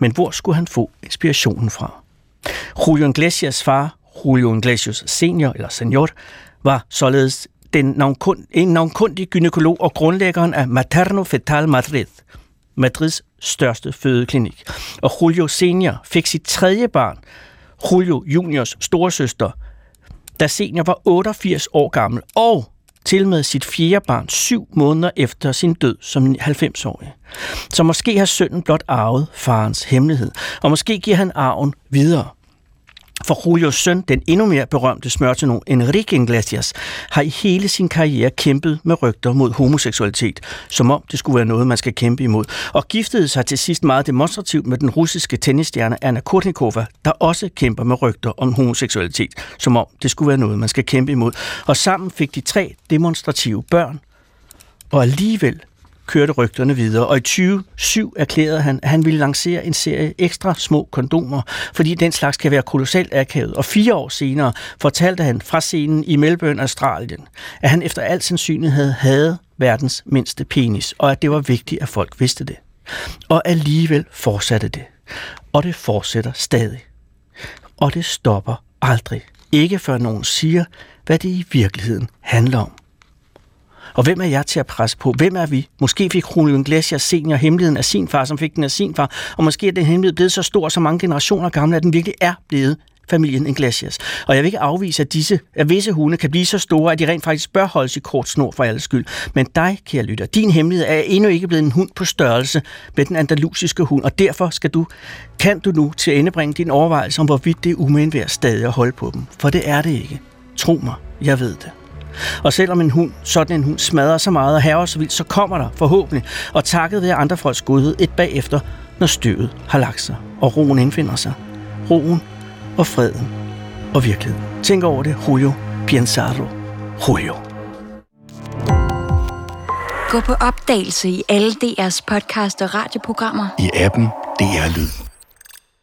Men hvor skulle han få inspirationen fra? Julio Iglesias far, Julio Iglesias senior, eller senior, var således den navnkund, en navnkundig gynækolog og grundlæggeren af Materno Fetal Madrid, Madrids største fødeklinik. Og Julio senior fik sit tredje barn, Julio juniors storesøster, da senior var otteogfirs år gammel, og til med sit fjerde barn syv måneder efter sin død som halvfems-årig. Så måske har sønnen blot arvet farens hemmelighed, og måske giver han arven videre. For Julios søn, den endnu mere berømte smørtenom Enrique Iglesias, har i hele sin karriere kæmpet med rygter mod homoseksualitet, som om det skulle være noget, man skal kæmpe imod, og giftede sig til sidst meget demonstrativt med den russiske tennisstjerne Anna Kournikova, der også kæmper med rygter om homoseksualitet, som om det skulle være noget, man skal kæmpe imod. Og sammen fik de tre demonstrative børn, og alligevel kørte rygterne videre, og i tyve syv erklærede han, at han ville lancere en serie ekstra små kondomer, fordi den slags kan være kolossalt akavet. Og fire år senere fortalte han fra scenen i Melbourne, Australien, at han efter al sandsynlighed havde verdens mindste penis, og at det var vigtigt, at folk vidste det. Og alligevel fortsatte det. Og det fortsætter stadig. Og det stopper aldrig. Ikke før nogen siger, hvad det i virkeligheden handler om. Og hvem er jeg til at presse på? Hvem er vi? Måske fik Julio Iglesias senior hemmeligheden af sin far, som fik den af sin far, og måske er den hemmelighed blevet så stor, så mange generationer gamle, at den virkelig er blevet familien Iglesias. Og jeg vil ikke afvise, at, disse, at visse hunde kan blive så store, at de rent faktisk bør holdes i kort snor for alles skyld. Men dig, kære lytter, din hemmelighed er endnu ikke blevet en hund på størrelse med den andalusiske hund, og derfor skal du, kan du nu til at endebringe din overvejelse om, hvorvidt det er umændværd stadig at holde på dem. For det er det ikke. Tro mig, jeg ved det. Og selvom en hund, sådan en hund smadrer så meget og hærger så vildt, så kommer der forhåbentlig, og takket ved andre folks godhed, et bagefter, når støvet har lagt sig, og roen indfinder sig. Roen og freden og virkeligheden. Tænk over det, Julio. Pensarlo. Julio. Gå på opdagelse i alle D R's podcast og radioprogrammer. I appen D R Lyd.